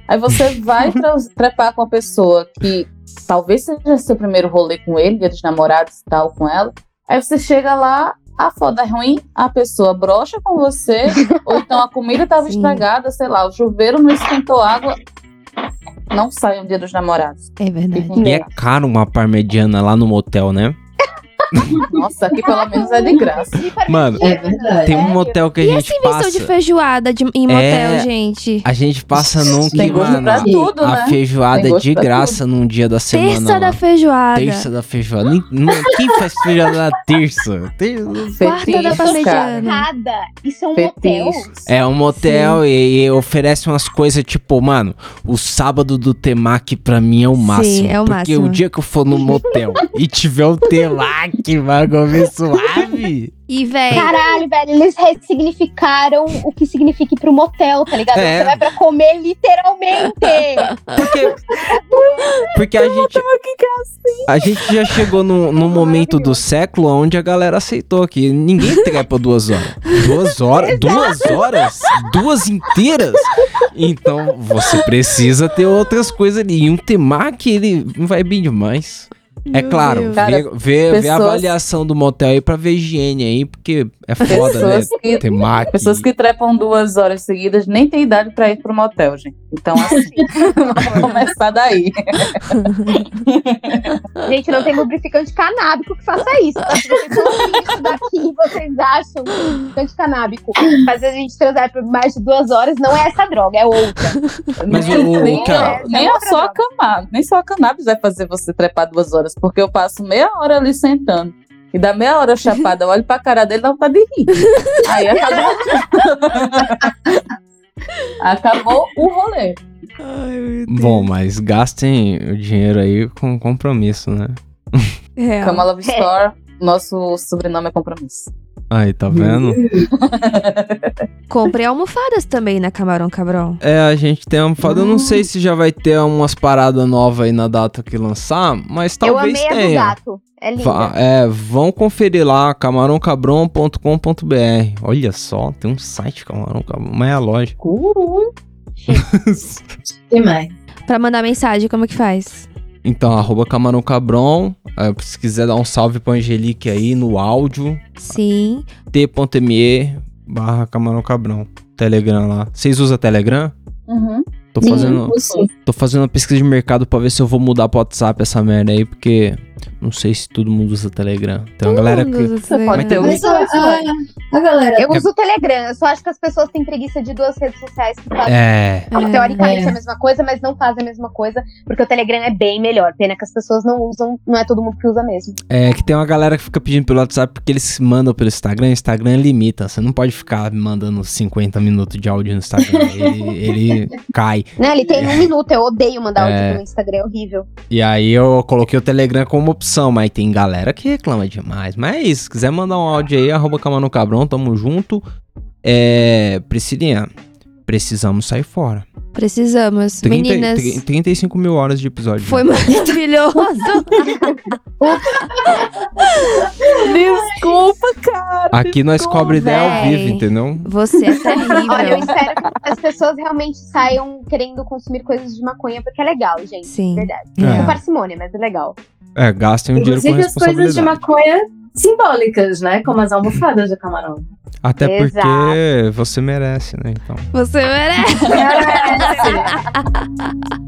Aí você vai tra- trepar com a pessoa que talvez seja seu primeiro rolê com ele, dia dos namorados e tal, com ela. Aí você chega lá, a foda é ruim, a pessoa brocha com você, ou então a comida estava estragada, sei lá, o chuveiro não esquentou água. Não sai um dia dos namorados. É verdade. E é caro uma parmegiana lá no motel, né? Nossa, aqui pelo menos é de graça. Mano, É verdade. tem um motel que a E gente essa invenção passa... de feijoada de, em motel, É, gente? A gente passa num que, Tem gosto mano, pra tudo, a né? feijoada Tem é gosto de pra graça num dia da semana. Terça lá. da feijoada. Terça da feijoada. Nem- não- Quem faz feijoada na terça? Tem- Quarta da Fetiches, parmegiana. cara. Nada. Isso é um motel? Fetiches. É um motel e, e oferece umas coisas tipo, mano, o sábado do temaki pra mim é o máximo. é o porque máximo. o dia que eu for no motel e tiver o temaki, vai comer suave. E, véi, Caralho, velho, eles ressignificaram o que significa ir pro motel, tá ligado? É. Você vai pra comer literalmente. Porque, porque a gente, a gente já chegou no, no momento do século onde a galera aceitou que ninguém trepa duas horas. Duas horas? Duas horas? Duas inteiras? Então você precisa ter outras coisas ali. E um temaki, ele vai bem demais. É Meu claro, Deus. Cara, vê, vê, vê a pessoas- avaliação do motel aí pra ver higiene aí, porque é foda, Pessoas né? que- Temaki. Pessoas que trepam duas horas seguidas nem tem idade pra ir pro motel, gente. Então, assim, vamos começar daí. Gente, não tem lubrificante canábico que faça isso, tá? Se vocês estão ouvindo isso daqui, vocês acham que lubrificante canábico fazer a gente transar por mais de duas horas, não é essa droga, é outra. Mas o- o- nem, cara- nem a só a cannabis, nem só a cannabis vai fazer você trepar duas horas, porque eu passo meia hora ali sentando. E da meia hora chapada, eu olho pra cara dele e dá vontade de rir. Aí acabou. Acabou o rolê. Bom, mas gastem o dinheiro aí com compromisso, né? Real. Cama Love Store, nosso sobrenome é compromisso. Aí, tá vendo? Comprei almofadas também na Camarão Cabrão. É, a gente tem almofada. Eu não sei se já vai ter umas paradas novas aí na data que lançar, mas Eu talvez amei a do tenha. gato. É linda. Va- é, vão conferir lá, camarão cabrão ponto com ponto b r. Olha só, tem um site Camarão Cabrão, mas é a loja. Uh, Demais. Pra mandar mensagem, como que faz? Então, arroba Camarão Cabrão. É, se quiser dar um salve pra Angelique aí no áudio, Sim. t.me barra Camarão Cabrão. Telegram lá. Vocês usam Telegram? uhum. Tô Sim, fazendo, sim. tô fazendo uma pesquisa de mercado pra ver se eu vou mudar pro WhatsApp essa merda aí, porque não sei se todo mundo usa Telegram. Tem uma galera que... Você pode ter um Mas a, a, a galera. Eu uso o Telegram, eu só acho que as pessoas têm preguiça de duas redes sociais que fazem É... teoricamente É. a mesma coisa, mas não fazem a mesma coisa, porque o Telegram é bem melhor. Pena que as pessoas não usam, não é todo mundo que usa mesmo. É que tem uma galera que fica pedindo pelo WhatsApp porque eles mandam pelo Instagram. O Instagram limita. Você não pode ficar mandando cinquenta minutos de áudio no Instagram. ele, ele cai. Né? Ele tem um minuto, eu odeio mandar É. áudio no Instagram, é horrível. E aí eu coloquei o Telegram como opção, mas tem galera que reclama demais. Mas é isso. Se quiser mandar um áudio aí, arroba Camarão Cabrão, tamo junto. É... Priscilinha, precisamos sair fora. Precisamos. trinta, Meninas, tri- trinta e cinco mil horas de episódio. foi né? maravilhoso. Desculpa, cara. Aqui nós desculpa, cobra ideia ao véi. vivo, entendeu? Você é Olha, eu terrível. espero que as pessoas realmente saiam querendo consumir coisas de maconha, porque é legal, gente. Sim. Verdade. É. Com parcimônia, mas é legal. É, gastem o dinheiro com Inclusive as coisas de responsabilidade. maconha simbólicas, né? Como as almofadas de camarão. Até porque Exato. você merece, né? Então. Você merece. É,